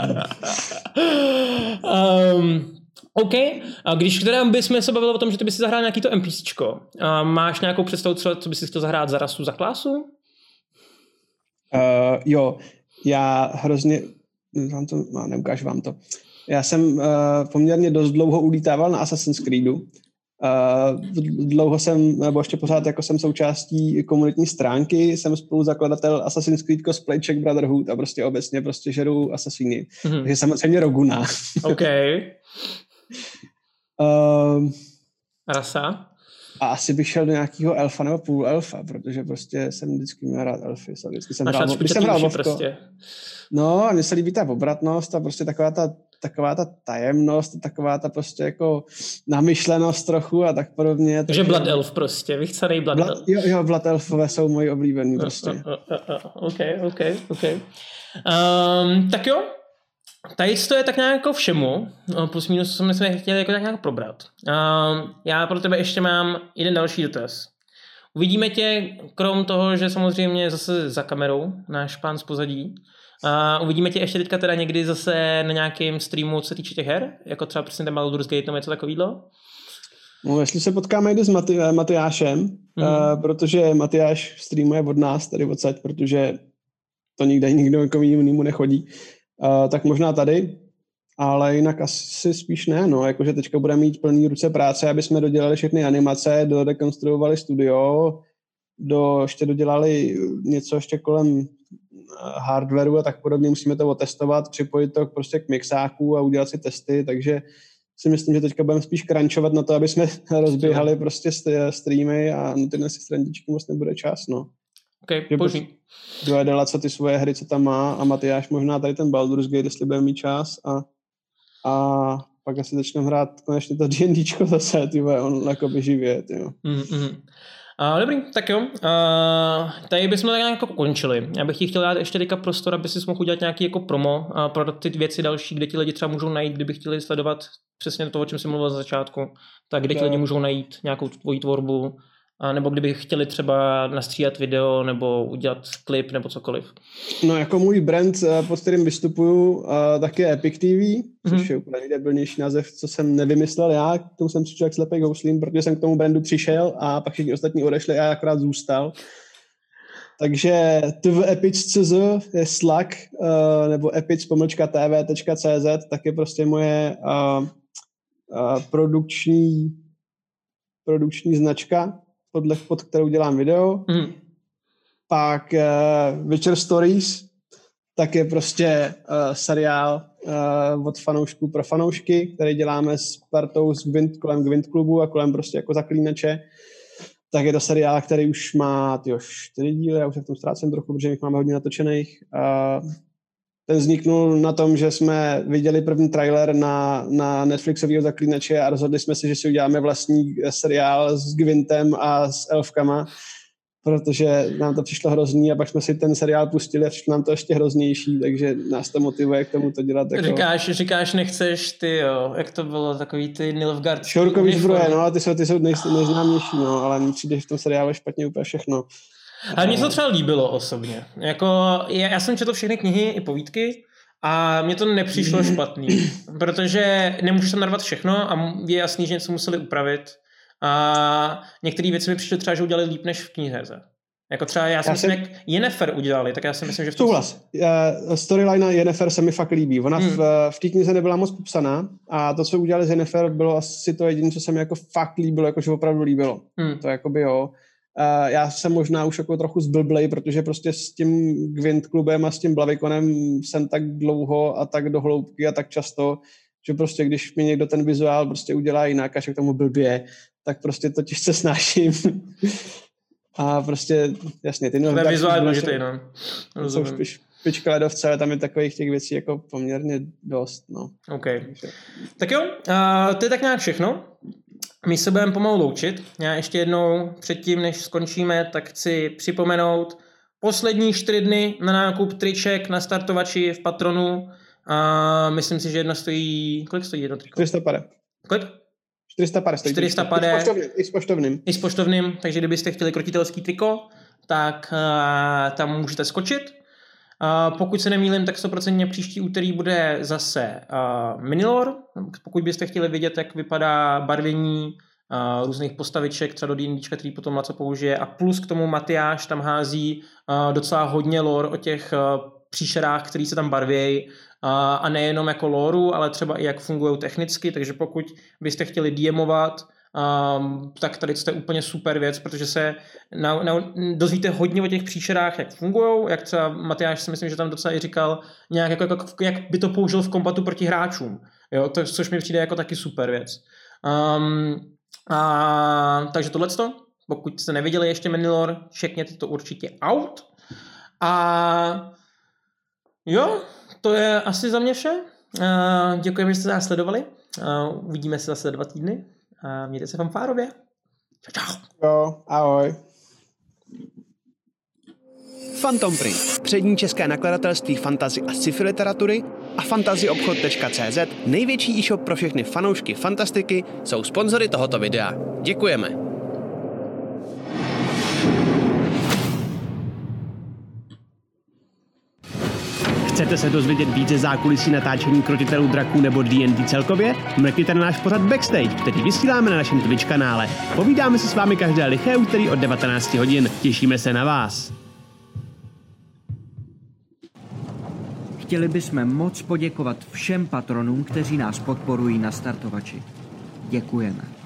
OK, a když teda bychom se bavili o tom, že ty bys si zahrál nějaký to NPCčko, máš nějakou představu, co bys si chtěl zahrát za rasu, za klasu? Jo, já hrozně, neukážu vám to. Já jsem poměrně dost dlouho ulítával na Assassin's Creedu. Dlouho jsem, nebo ještě pořád jako jsem součástí komunitní stránky, jsem spoluzakladatel Assassin's Creed Cosplay Czech Brotherhood a prostě obecně prostě žeru asasíny. Takže samozřejmě Roguna. OK. Rasa? A asi bych šel do nějakého elfa nebo půlelfa, protože prostě jsem vždycky měl rád elfy. Vždycky jsem hrál Vovko. Prostě. No a mně se líbí ta obratnost a prostě taková ta tajemnost, taková ta prostě jako namyšlenost trochu a tak podobně. Takže Blood Elf prostě, vychcanej Blood Elf. Jo, Blood Elfové jsou moji oblíbení prostě. OK. Tak jo, tady to je tak nějak jako všemu, plus minus, co jsme chtěli jako tak nějak probrat. Já pro tebe ještě mám jeden další dotaz. Uvidíme tě, krom toho, že samozřejmě zase za kamerou, náš pán z pozadí, uvidíme tě ještě teďka teda někdy zase na nějakém streamu, co se týče těch her, jako třeba prostě ten Baldur's Gate nebo něco takovýhle? No, jestli se potkáme někdy s Matyášem, protože Matyáš streamuje od nás, tady odsaď, protože to nikde nikdo jinému nechodí, tak možná tady, ale jinak asi spíš ne, no, jakože teďka budeme mít plný ruce práce, aby jsme dodělali všechny animace, dodekonstruovali studio, ještě dodělali něco ještě kolem hardwareu a tak podobně, musíme to otestovat, připojit to prostě k mixáku a udělat si testy, takže si myslím, že teďka budeme spíš crunchovat na to, aby jsme rozběhali prostě streamy a na tyhle si strandičky moc nebude čas, no. Okay, boží. Dojedala co ty svoje hry, co tam má a Matyáš možná tady ten Baldur's Gate, jestli bude mít čas a pak asi začneme hrát konečně to D&Dčko zase, tyhle, on jakoby živě, tyjo. Dobrý, tak jo. Tady bychom tak nějak končili. Já bych ti chtěl dát ještě teďka prostor, aby si mohl udělat nějaký jako promo pro ty věci další, kde ti lidi třeba můžou najít, kdyby chtěli sledovat přesně to, o čem jsem mluvil za začátku, tak kde ti lidi můžou najít nějakou tvoji tvorbu, nebo kdyby chtěli třeba nastříhat video nebo udělat klip nebo cokoliv. No jako můj brand, pod kterým vystupuju, tak je Epic TV, což je úplně nejdebilnější název, co jsem nevymyslel já, k tomu jsem přišel jak slepej houslím, protože jsem k tomu brandu přišel a pak všichni ostatní odešli a já akorát zůstal. Takže tvepic.cz je Slack, nebo epic.tv.cz, tak je prostě moje produkční značka, pod kterou dělám video. Pak Witcher Stories, tak je prostě seriál od fanoušků pro fanoušky, který děláme s partou kolem Gwent klubu a kolem prostě jako Zaklínače. tak je to seriál, který už má 4 díly, já už se v tom ztrácím trochu, protože jich máme hodně natočených. Ten vzniknul na tom, že jsme viděli první trailer na Netflixovýho Zaklínače a rozhodli jsme se, že si uděláme vlastní seriál s Gwyntem a s elfkama, protože nám to přišlo hrozný a pak jsme si ten seriál pustili a přišlo nám to ještě hroznější, takže nás to motivuje k tomu to dělat. Jako... Říkáš, nechceš ty, jo, jak to bylo, takový ty Nilfgaard. Šourkový zbroje, no, ty jsou nejznámější, no, ale mi přijde v tom seriálu špatně úplně všechno. Ale mně to třeba líbilo osobně. Jako, já jsem četl všechny knihy i povídky a mně to nepřišlo špatný, protože nemůžu tam narvat všechno a je jasný, že něco museli upravit. A některé věci mi přišly třeba, že udělali líp než v knize. Jako třeba já si myslím, jak Yennefer udělali, tak já si myslím, že v tom... Souhlas. Storyline Yennefer se mi fakt líbí. Ona v té knize nebyla moc popsaná a to, co udělali z Yennefer, bylo asi to jediné, co se mi jako fakt líbilo, jakože opravdu líbilo. To jakoby jo. Já jsem možná už jako trochu zblblej, protože prostě s tím Gwent klubem a s tím Blavikonem jsem tak dlouho a tak do hloubky a tak často, že prostě když mi někdo ten vizuál prostě udělá jinak, až k tomu blbě, tak prostě to těžce snáším. A prostě, jasně, ty Nilfgaard vizuál je důležitý, no. Jsou špička ledovce, ale tam je takových těch věcí jako poměrně dost, no. OK. Tak jo, to je tak nějak všechno. My se budeme pomalu loučit. Já ještě jednou předtím, než skončíme, tak chci připomenout poslední 4 dny na nákup triček na startovači v Patronu. A myslím si, že jedno stojí... Kolik stojí jedno triko? 450. Kolik? 450 stojí. 450. I s poštovným. Takže kdybyste chtěli krotitelský triko, tak tam můžete skočit. Pokud se nemýlím, tak 100% příští úterý bude zase Minilore. Pokud byste chtěli vidět, jak vypadá barvění různých postaviček, třeba do D&Dčka, který potom Laco použije. A plus k tomu Matyáš tam hází docela hodně lore o těch příšerách, který se tam barvějí. A nejenom jako loru, ale třeba i jak fungují technicky. Takže pokud byste chtěli DMovat, tak tady to je úplně super věc, protože se dozvíte hodně o těch příšerách, jak fungují, jak třeba Matyáš si myslím, že tam docela i říkal nějak jak by to použil v kombatu proti hráčům, jo, což mi přijde jako taky super věc. Takže tohleto, pokud jste neviděli ještě Minilore, čekněte to určitě out. A jo, to je asi za mě vše. Děkujeme, že jste nás sledovali. Uvidíme se zase 2 týdny. A mějte se fanfárově. Čau. Jo, ahoj. Phantom Print, přední české nakladatelství fantasy a sci-fi literatury a fantasyobchod.cz, největší e-shop pro všechny fanoušky fantastiky, jsou sponzory tohoto videa. Děkujeme. Chcete se dozvědět více zákulisí natáčení Krotitelů draků nebo D&D celkově? Mrkněte na náš pořad Backstage, který vysíláme na našem Twitch kanále. Povídáme se s vámi každé liché úterý od 19 hodin. Těšíme se na vás. Chtěli bychom moc poděkovat všem patronům, kteří nás podporují na startovači. Děkujeme.